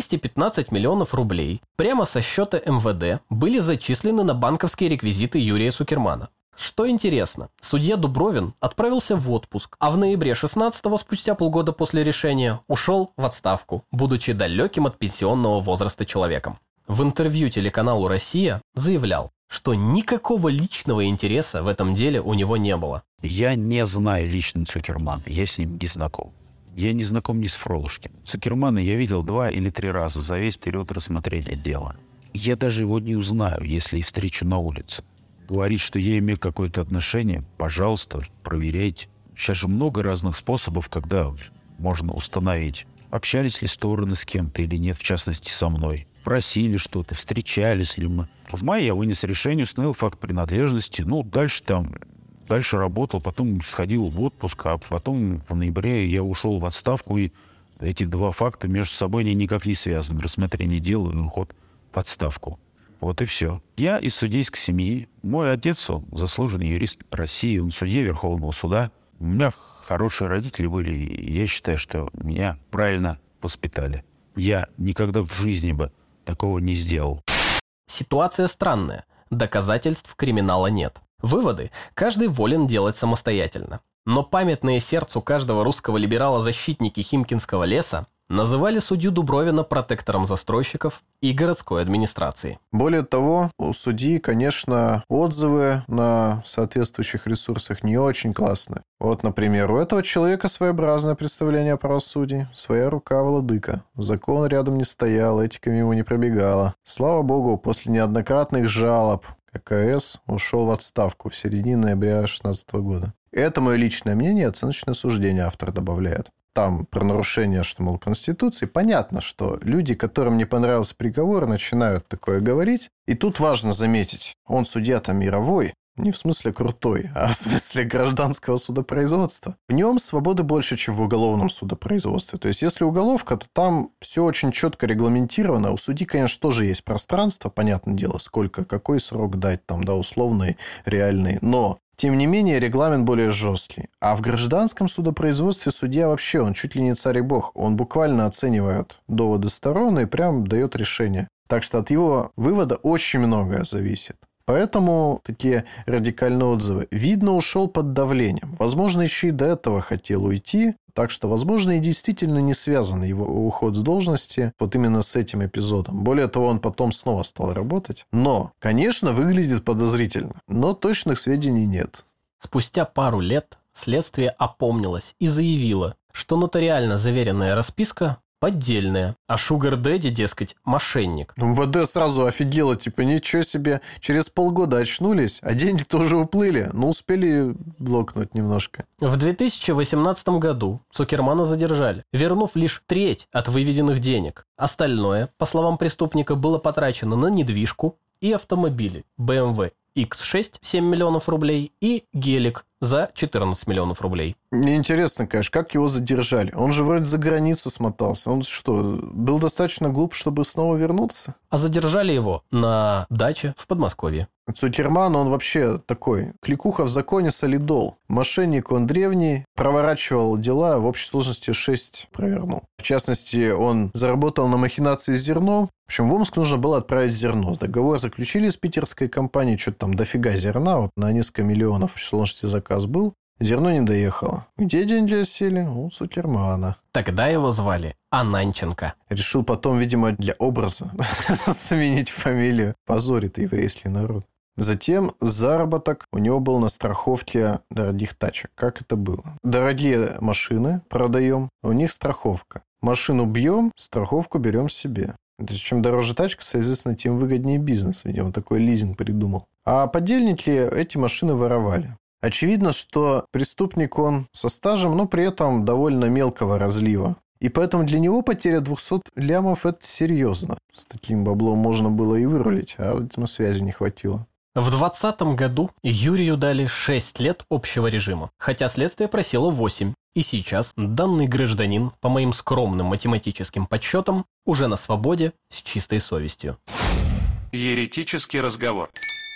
215 миллионов рублей прямо со счета МВД были зачислены на банковские реквизиты Юрия Цукермана. Что интересно, судья Дубровин отправился в отпуск, а в ноябре 16-го, спустя полгода после решения, ушел в отставку, будучи далеким от пенсионного возраста человеком. В интервью телеканалу «Россия» заявлял, что никакого личного интереса в этом деле у него не было. Я не знаю лично Цукермана, я с ним не знаком. Я не знаком ни с Фролушкиным. Цукермана я видел 2 или 3 раза за весь период рассмотрения дела. Я даже его не узнаю, если и встречу на улице. Говорить, что я имею какое-то отношение, пожалуйста, проверяйте. Сейчас же много разных способов, когда можно установить, общались ли стороны с кем-то или нет, в частности, со мной. Просили что-то, встречались ли мы. В мае я вынес решение, установил факт принадлежности. Дальше работал, потом сходил в отпуск, а потом в ноябре я ушел в отставку, и эти 2 факта между собой никак не связаны. Рассмотрение дела и уход в отставку. Вот и все. Я из судейской семьи. Мой отец, он заслуженный юрист России, он судья Верховного суда. У меня хорошие родители были, и я считаю, что меня правильно воспитали. Я никогда в жизни бы такого не сделал. Ситуация странная. Доказательств криминала нет. Выводы каждый волен делать самостоятельно. Но памятные сердцу каждого русского либерала защитники Химкинского леса называли судью Дубровина протектором застройщиков и городской администрации. Более того, у судьи, конечно, отзывы на соответствующих ресурсах не очень классные. Вот, например, у этого человека своеобразное представление о правосудии. Своя рука владыка. Закон рядом не стоял, этика мимо не пробегала. Слава богу, после неоднократных жалоб ККС ушел в отставку в середине ноября 2016 года. Это мое личное мнение, оценочное суждение автор добавляет. Там про нарушение, что, мол, Конституции. Понятно, что люди, которым не понравился приговор, начинают такое говорить. И тут важно заметить, он судья-то мировой. Не в смысле крутой, а в смысле гражданского судопроизводства. В нем свободы больше, чем в уголовном судопроизводстве. То есть, если уголовка, то там все очень четко регламентировано. У судьи, конечно, тоже есть пространство, понятное дело, сколько, какой срок дать, там, да, условный, реальный. Но тем не менее, регламент более жесткий. А в гражданском судопроизводстве судья вообще, он чуть ли не царь и бог. Он буквально оценивает доводы стороны и прям дает решение. Так что от его вывода очень многое зависит. Поэтому такие радикальные отзывы. Видно, ушел под давлением. Возможно, еще и до этого хотел уйти. Так что, возможно, и действительно не связан его уход с должности вот именно с этим эпизодом. Более того, он потом снова стал работать. Но, конечно, выглядит подозрительно. Но точных сведений нет. Спустя пару лет следствие опомнилось и заявило, что нотариально заверенная расписка поддельная, а Шугар Дэдди, дескать, мошенник. МВД сразу офигело, типа, ничего себе, через полгода очнулись, а деньги-то уже уплыли, но успели блокнуть немножко. В 2018 году Цукермана задержали, вернув лишь треть от выведенных денег. Остальное, по словам преступника, было потрачено на недвижку и автомобили BMW X6 7 миллионов рублей и гелик за 14 миллионов рублей. Мне интересно, конечно, как его задержали? Он же вроде за границу смотался. Он что, был достаточно глуп, чтобы снова вернуться? А задержали его на даче в Подмосковье. Цукерман, он вообще такой, кликуха в законе солидол. Мошенник он древний, проворачивал дела, в общей сложности 6 провернул. В частности, он заработал на махинации с зерном. В общем, в Омск нужно было отправить зерно. Договор заключили с питерской компанией, что-то там дофига зерна, вот на несколько миллионов в сложности заказ был. Зерно не доехало. Где деньги осели? У Цукермана. Тогда его звали Ананченко. Решил потом, видимо, для образа заменить фамилию. Позорит еврейский народ. Затем заработок у него был на страховке дорогих тачек. Как это было? Дорогие машины продаем, у них страховка. Машину бьем, страховку берем себе. То есть, чем дороже тачка, соответственно, тем выгоднее бизнес. Видимо, такой лизинг придумал. А подельники эти машины воровали. Очевидно, что преступник он со стажем, но при этом довольно мелкого разлива. И поэтому для него потеря 200 лямов – это серьезно. С таким баблом можно было и вырулить, а, видимо, связи не хватило. В 2020 году Юрию дали 6 лет общего режима, хотя следствие просило 8. И сейчас данный гражданин, по моим скромным математическим подсчетам, уже на свободе с чистой совестью. Еретический разговор.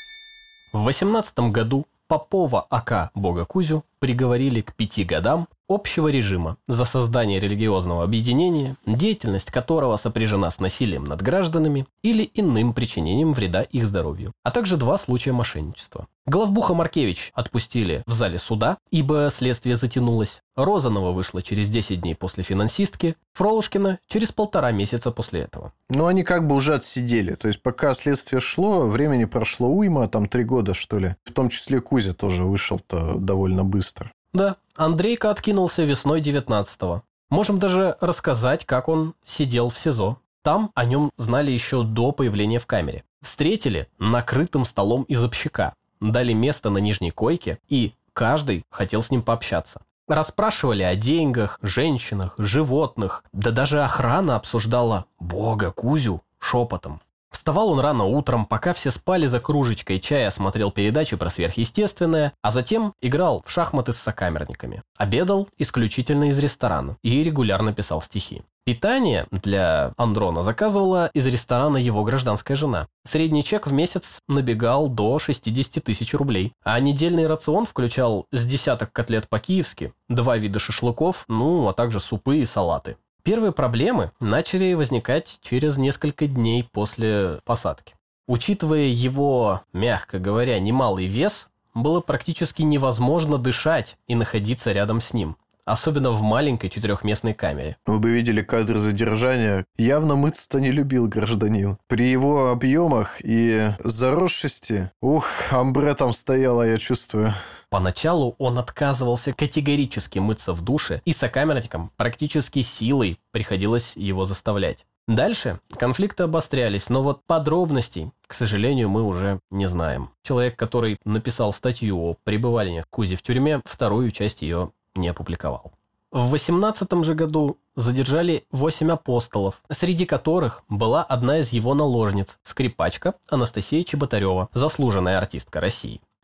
В 2018 году Попова А.К. Бога Кузю приговорили к 5 годам общего режима за создание религиозного объединения, деятельность которого сопряжена с насилием над гражданами или иным причинением вреда их здоровью, а также 2 случая мошенничества. Главбуха Маркевич отпустили в зале суда, ибо следствие затянулось. Розанова вышла через 10 дней после финансистки, Фролушкина через 1,5 месяца после этого. Ну, они как бы уже отсидели. То есть, пока следствие шло, времени прошло уйма, там 3 года, что ли. В том числе Кузя тоже вышел-то довольно быстро. Да, Андрейка откинулся весной 19-го. Можем даже рассказать, как он сидел в СИЗО. Там о нем знали еще до появления в камере. Встретили накрытым столом из общака. Дали место на нижней койке, и каждый хотел с ним пообщаться. Расспрашивали о деньгах, женщинах, животных. Да даже охрана обсуждала Бога Кузю шепотом. Вставал он рано утром, пока все спали, за кружечкой чая смотрел передачи про сверхъестественное, а затем играл в шахматы с сокамерниками. Обедал исключительно из ресторана и регулярно писал стихи. Питание для Андрона заказывала из ресторана его гражданская жена. Средний чек в месяц набегал до 60 тысяч рублей, а недельный рацион включал с десяток котлет по-киевски, 2 вида шашлыков, а также супы и салаты. Первые проблемы начали возникать через несколько дней после посадки. Учитывая его, мягко говоря, немалый вес, было практически невозможно дышать и находиться рядом с ним. Особенно в маленькой 4-местной камере. Вы бы видели кадры задержания. Явно мыться-то не любил гражданин. При его объемах и заросшести, амбре там стояло, я чувствую. Поначалу он отказывался категорически мыться в душе, и сокамерникам практически силой приходилось его заставлять. Дальше конфликты обострялись, но вот подробностей, к сожалению, мы уже не знаем. Человек, который написал статью о пребывании Кузи в тюрьме, 2-ю часть ее не опубликовал. В 2018 же году задержали 8 апостолов, среди которых была одна из его наложниц, скрипачка Анастасия Чеботарева, заслуженная артистка России.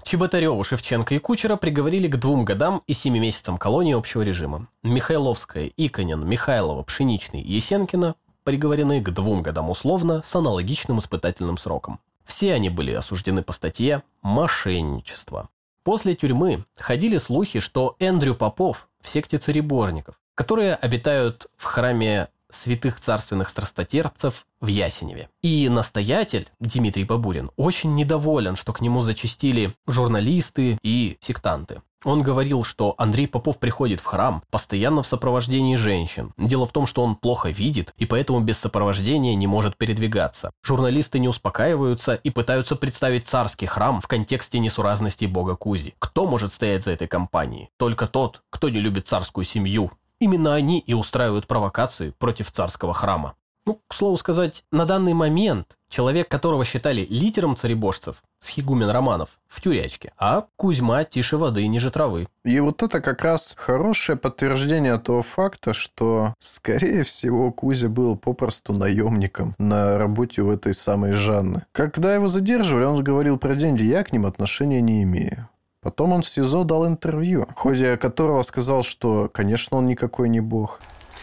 Чеботарева, Шевченко и Кучера приговорили к 2 годам и 7 месяцам колонии общего режима. Михайловская, Иконин, Михайлова, Пшеничный и Есенкина приговорены к 2 годам условно с аналогичным испытательным сроком. Все они были осуждены по статье «Мошенничество». После тюрьмы ходили слухи, что Эндрю Попов в секте царедворников, которые обитают в храме святых царственных страстотерпцев в Ясеневе. И настоятель Дмитрий Бабурин очень недоволен, что к нему зачастили журналисты и сектанты. Он говорил, что Андрей Попов приходит в храм постоянно в сопровождении женщин. Дело в том, что он плохо видит и поэтому без сопровождения не может передвигаться. Журналисты не успокаиваются и пытаются представить царский храм в контексте несуразностей бога Кузи. Кто может стоять за этой компанией? Только тот, кто не любит царскую семью. Именно они и устраивают провокации против царского храма. К слову сказать, на данный момент человек, которого считали лидером царедворцев, схигумен Романов, в тюрячке, а Кузьма тише воды ниже травы. И вот это как раз хорошее подтверждение того факта, что, скорее всего, Кузя был попросту наемником на работе у этой самой Жанны. Когда его задерживали, он говорил про деньги, я к ним отношения не имею. Потом он в СИЗО дал интервью, в ходе которого сказал, что, конечно, он никакой не бог.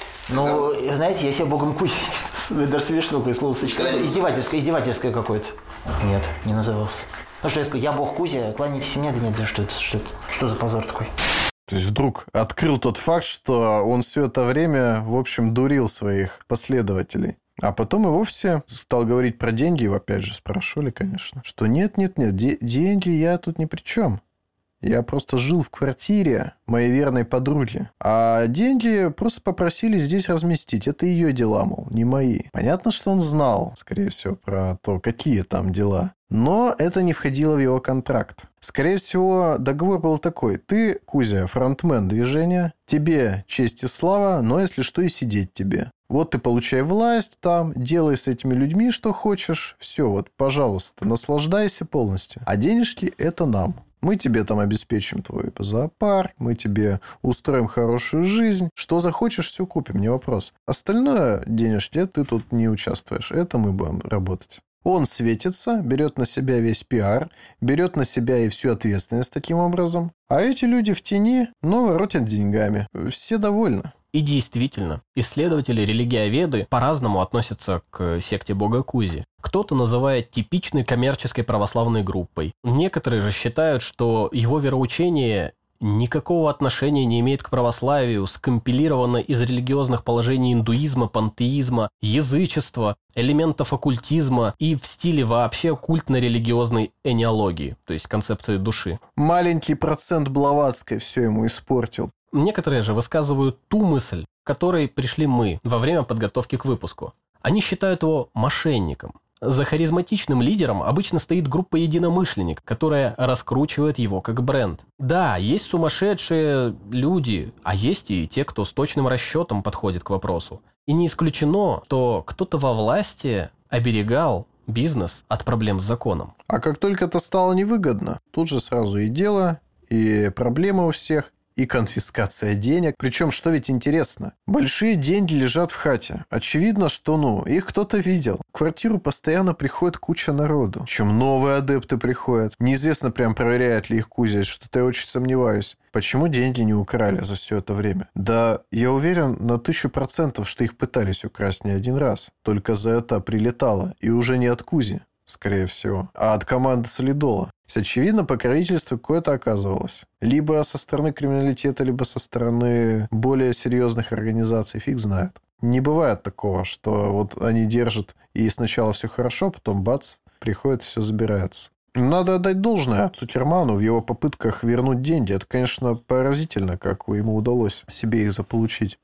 Ну, знаете, я себя богом Кузи, даже смешно какое словосочетание. Издевательское какое-то. Нет, не назывался. Ну что я скажу, я бог Кузя, кланяйтесь мне, да нет, да что за позор такой? То есть вдруг открыл тот факт, что он все это время, в общем, дурил своих последователей. А потом и вовсе стал говорить про деньги, его опять же спрашивали, конечно, что нет, деньги я тут ни при чем. Я просто жил в квартире моей верной подруги. А деньги просто попросили здесь разместить. Это ее дела, мол, не мои. Понятно, что он знал, скорее всего, про то, какие там дела. Но это не входило в его контракт. Скорее всего, договор был такой. Ты, Кузя, фронтмен движения. Тебе честь и слава, но если что, и сидеть тебе. Вот ты получай власть там, делай с этими людьми, что хочешь. Все, вот, пожалуйста, наслаждайся полностью. А денежки – это нам. Мы тебе там обеспечим твой зоопарк, мы тебе устроим хорошую жизнь. Что захочешь, все купим, не вопрос. Остальное денежки ты тут не участвуешь. Это мы будем работать. Он светится, берет на себя весь пиар, берет на себя и всю ответственность таким образом. А эти люди в тени, но воротят деньгами. Все довольны. И действительно, исследователи-религиоведы по-разному относятся к секте бога Кузи. Кто-то называет типичной коммерческой православной группой. Некоторые же считают, что его вероучение никакого отношения не имеет к православию, скомпилировано из религиозных положений индуизма, пантеизма, язычества, элементов оккультизма и в стиле вообще культно-религиозной энеологии, то есть концепции души. Маленький процент Блаватской все ему испортил. Некоторые же высказывают ту мысль, к которой пришли мы во время подготовки к выпуску. Они считают его мошенником. За харизматичным лидером обычно стоит группа единомышленников, которая раскручивает его как бренд. Да, есть сумасшедшие люди, а есть и те, кто с точным расчетом подходит к вопросу. И не исключено, что кто-то во власти оберегал бизнес от проблем с законом. А как только это стало невыгодно, тут же сразу и дело, и проблемы у всех, и конфискация денег. Причем, что ведь интересно, большие деньги лежат в хате. Очевидно, что, их кто-то видел. В квартиру постоянно приходит куча народу. Причем новые адепты приходят. Неизвестно, прям проверяет ли их Кузя, что-то я очень сомневаюсь. Почему деньги не украли за все это время? Да, я уверен на 1000%, что их пытались украсть не один раз. Только за это прилетало. И уже не от Кузи, скорее всего, а от команды Солидола. Очевидно, покровительство какое-то оказывалось. Либо со стороны криминалитета, либо со стороны более серьезных организаций. Фиг знает. Не бывает такого, что вот они держат, и сначала все хорошо, потом бац, приходит, все забирается. Надо отдать должное Цукерману в его попытках вернуть деньги. Это, конечно, поразительно, как ему удалось себе их заполучить.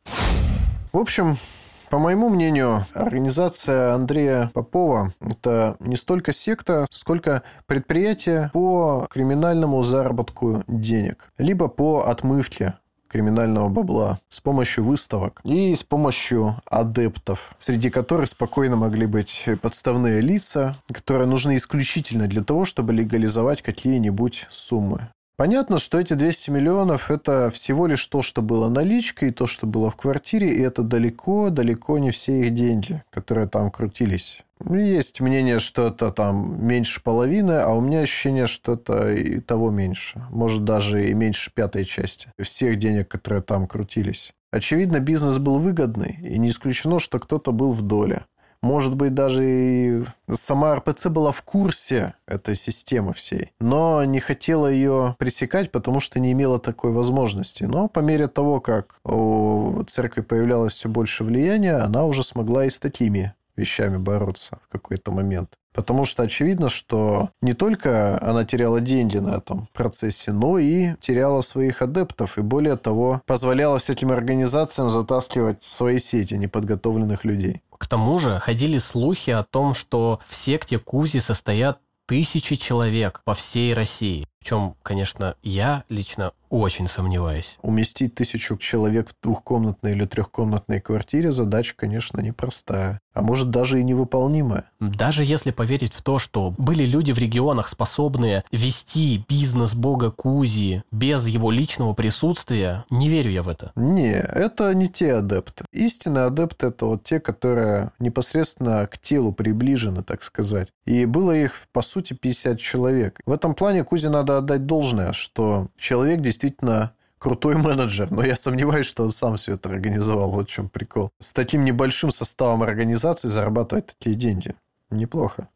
В общем, по моему мнению, организация Андрея Попова – это не столько секта, сколько предприятие по криминальному заработку денег, либо по отмывке криминального бабла с помощью выставок и с помощью адептов, среди которых спокойно могли быть подставные лица, которые нужны исключительно для того, чтобы легализовать какие-нибудь суммы. Понятно, что эти 200 миллионов – это всего лишь то, что было наличкой, то, что было в квартире, и это далеко не все их деньги, которые там крутились. Есть мнение, что это там меньше половины, а у меня ощущение, что это и того меньше. Может, даже и меньше 1/5 части всех денег, которые там крутились. Очевидно, бизнес был выгодный, и не исключено, что кто-то был в доле. Может быть, даже и сама РПЦ была в курсе этой системы всей, но не хотела ее пресекать, потому что не имела такой возможности. Но по мере того, как у церкви появлялось все больше влияния, она уже смогла и с такими вещами бороться в какой-то момент. Потому что очевидно, что не только она теряла деньги на этом процессе, но и теряла своих адептов. И более того, позволяла всяким организациям затаскивать в свои сети неподготовленных людей. К тому же ходили слухи о том, что в секте Кузи состоят 1000 человек по всей России. В чем, конечно, я лично очень сомневаюсь. Уместить 1000 человек в двухкомнатной или трехкомнатной квартире задача, конечно, непростая. А может, даже и невыполнимая. Даже если поверить в то, что были люди в регионах, способные вести бизнес бога Кузи без его личного присутствия, не верю я в это. Не, это не те адепты. Истинные адепты – это вот те, которые непосредственно к телу приближены, так сказать. И было их, по сути, 50 человек. В этом плане Кузе надо отдать должное, что человек действительно крутой менеджер, но я сомневаюсь, что он сам все это организовал. Вот в чем прикол. С таким небольшим составом организации зарабатывать такие деньги неплохо.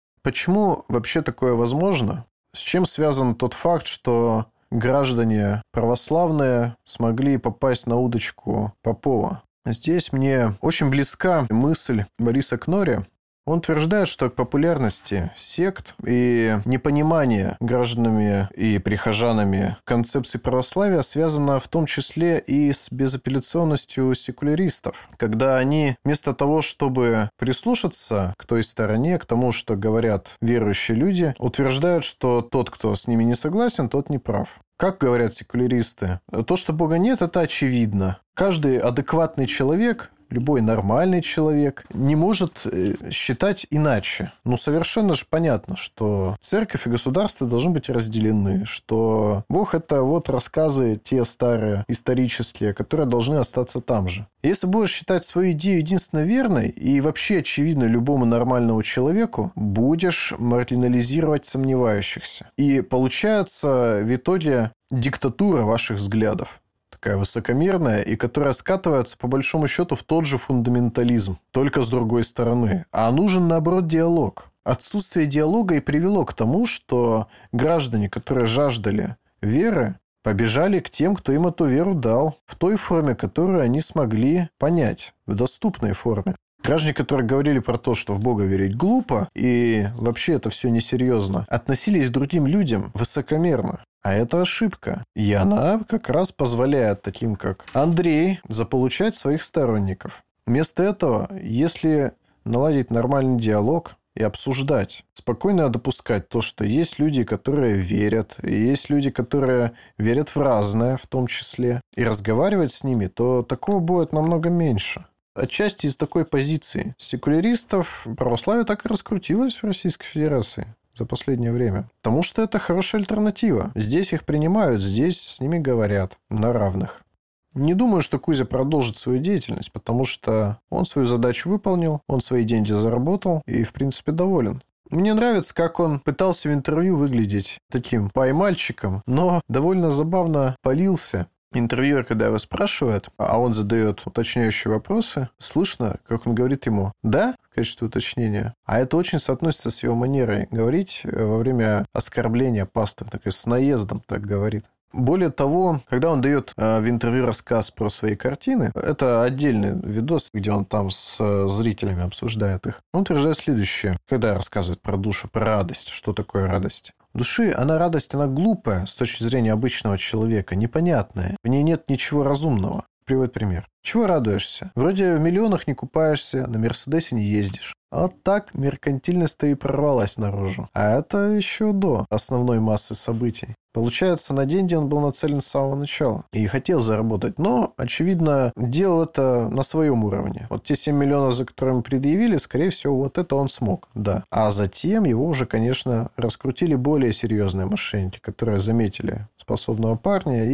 Почему вообще такое возможно? С чем связан тот факт, что граждане православные смогли попасть на удочку Попова? Здесь мне очень близка мысль Бориса Кнори. Он утверждает, что к популярности сект и непонимание гражданами и прихожанами концепции православия связано в том числе и с безапелляционностью секуляристов, когда они вместо того, чтобы прислушаться к той стороне, к тому, что говорят верующие люди, утверждают, что тот, кто с ними не согласен, тот не прав. Как говорят секуляристы, то, что Бога нет, это очевидно. Каждый адекватный человек, любой нормальный человек не может считать иначе. Ну, совершенно же понятно, что церковь и государство должны быть разделены, что Бог – это вот рассказы те старые, исторические, которые должны остаться там же. Если будешь считать свою идею единственно верной и вообще очевидно любому нормальному человеку, будешь маргинализировать сомневающихся. И получается в итоге диктатура ваших взглядов. Такая высокомерная, и которая скатывается, по большому счету, в тот же фундаментализм, только с другой стороны. А нужен, наоборот, диалог. Отсутствие диалога и привело к тому, что граждане, которые жаждали веры, побежали к тем, кто им эту веру дал, в той форме, которую они смогли понять, в доступной форме. Граждане, которые говорили про то, что в Бога верить глупо, и вообще это все несерьезно, относились к другим людям высокомерно. А это ошибка. И она как раз позволяет таким, как Андрей, заполучать своих сторонников. Вместо этого, если наладить нормальный диалог и обсуждать, спокойно допускать то, что есть люди, которые верят, и есть люди, которые верят в разное в том числе, и разговаривать с ними, то такого будет намного меньше. Отчасти из такой позиции секуляристов православие так и раскрутилось в Российской Федерации за последнее время. Потому что это хорошая альтернатива. Здесь их принимают, здесь с ними говорят на равных. Не думаю, что Кузя продолжит свою деятельность, потому что он свою задачу выполнил, он свои деньги заработал и, в принципе, доволен. Мне нравится, как он пытался в интервью выглядеть таким поймальчиком, но довольно забавно палился. Интервьюер, когда его спрашивает, а он задает уточняющие вопросы, слышно, как он говорит ему «да» в качестве уточнения. А это очень соотносится с его манерой говорить во время оскорбления пастора, так и с наездом так говорит. Более того, когда он дает в интервью рассказ про свои картины, это отдельный видос, где он там с зрителями обсуждает их, он утверждает следующее, когда рассказывает про душу, про радость. Что такое радость? Души, радость, она глупая с точки зрения обычного человека, непонятная. В ней нет ничего разумного. Приводит пример. Чего радуешься? Вроде в миллионах не купаешься, на Мерседесе не ездишь. А вот так меркантильность-то и прорвалась наружу. А это еще до основной массы событий. Получается, на деньги он был нацелен с самого начала. И хотел заработать. Но, очевидно, делал это на своем уровне. Вот те 7 миллионов, за которые предъявили, скорее всего, вот это он смог. Да. А затем его уже, конечно, раскрутили более серьезные мошенники, которые заметили способного парня и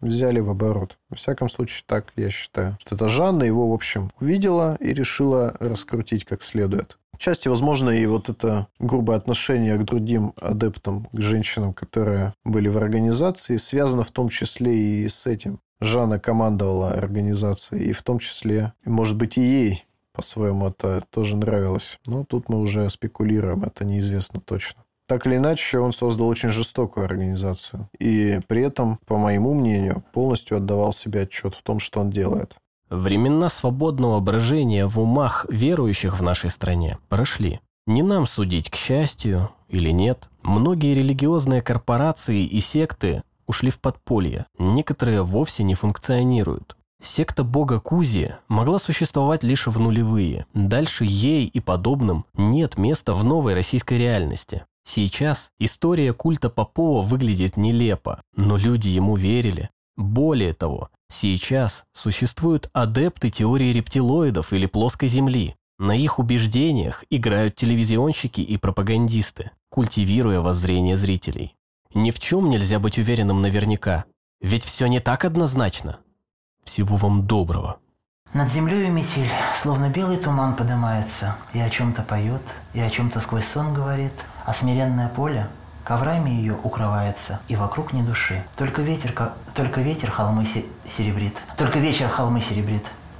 взяли в оборот. Во всяком случае, так я считаю. Что это Жанна его, в общем, увидела и решила раскрутить как следует. Отчасти, возможно, и вот это грубое отношение к другим адептам, к женщинам, которые были в организации, связано в том числе и с этим. Жанна командовала организацией, и в том числе, может быть, и ей по-своему это тоже нравилось. Но тут мы уже спекулируем, это неизвестно точно. Так или иначе, он создал очень жестокую организацию. И при этом, по моему мнению, полностью отдавал себе отчет в том, что он делает. Времена свободного брожения в умах верующих в нашей стране прошли. Не нам судить, к счастью или нет. Многие религиозные корпорации и секты ушли в подполье. Некоторые вовсе не функционируют. Секта бога Кузи могла существовать лишь в нулевые. Дальше ей и подобным нет места в новой российской реальности. Сейчас история культа Попова выглядит нелепо, но люди ему верили. Более того, сейчас существуют адепты теории рептилоидов или плоской земли. На их убеждениях играют телевизионщики и пропагандисты, культивируя воззрение зрителей. Ни в чем нельзя быть уверенным наверняка, ведь все не так однозначно. Всего вам доброго. Над землей метель, словно белый туман поднимается, и о чем-то поет, и о чем-то сквозь сон говорит, а смиренное поле коврами ее укрывается, и вокруг ни души. Только ветер холмы серебрит. Только вечер холмы серебрит.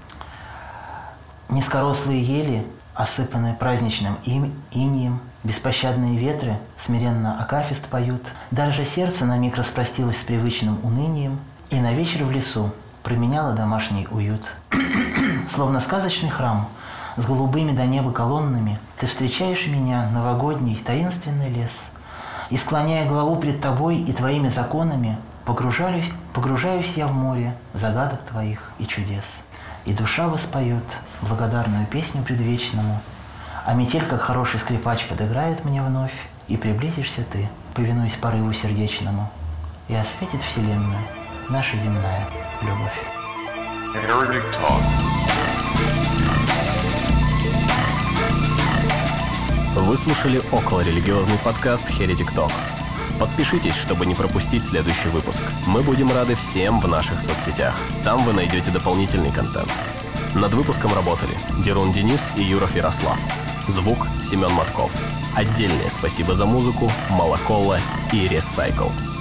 Низкорослые ели, осыпанные праздничным инеем, беспощадные ветры смиренно акафист поют. Даже сердце на миг распростилось с привычным унынием, и на вечер в лесу променяло домашний уют. Словно сказочный храм с голубыми до неба колоннами, ты встречаешь меня, новогодний таинственный лес. И, склоняя голову пред тобой и твоими законами, погружаюсь я в море загадок твоих и чудес. И душа воспоет благодарную песню предвечному, а метель, как хороший скрипач, подыграет мне вновь, и приблизишься ты, повинуясь порыву сердечному, и осветит вселенную наша земная любовь. Heretic Talk. Вы слушали околорелигиозный подкаст Heretic Talk. Подпишитесь, чтобы не пропустить следующий выпуск. Мы будем рады всем в наших соцсетях. Там вы найдете дополнительный контент. Над выпуском работали Дерун Денис и Юров Ярослав. Звук Семен Матков. Отдельное спасибо за музыку Малаколла и Recycle.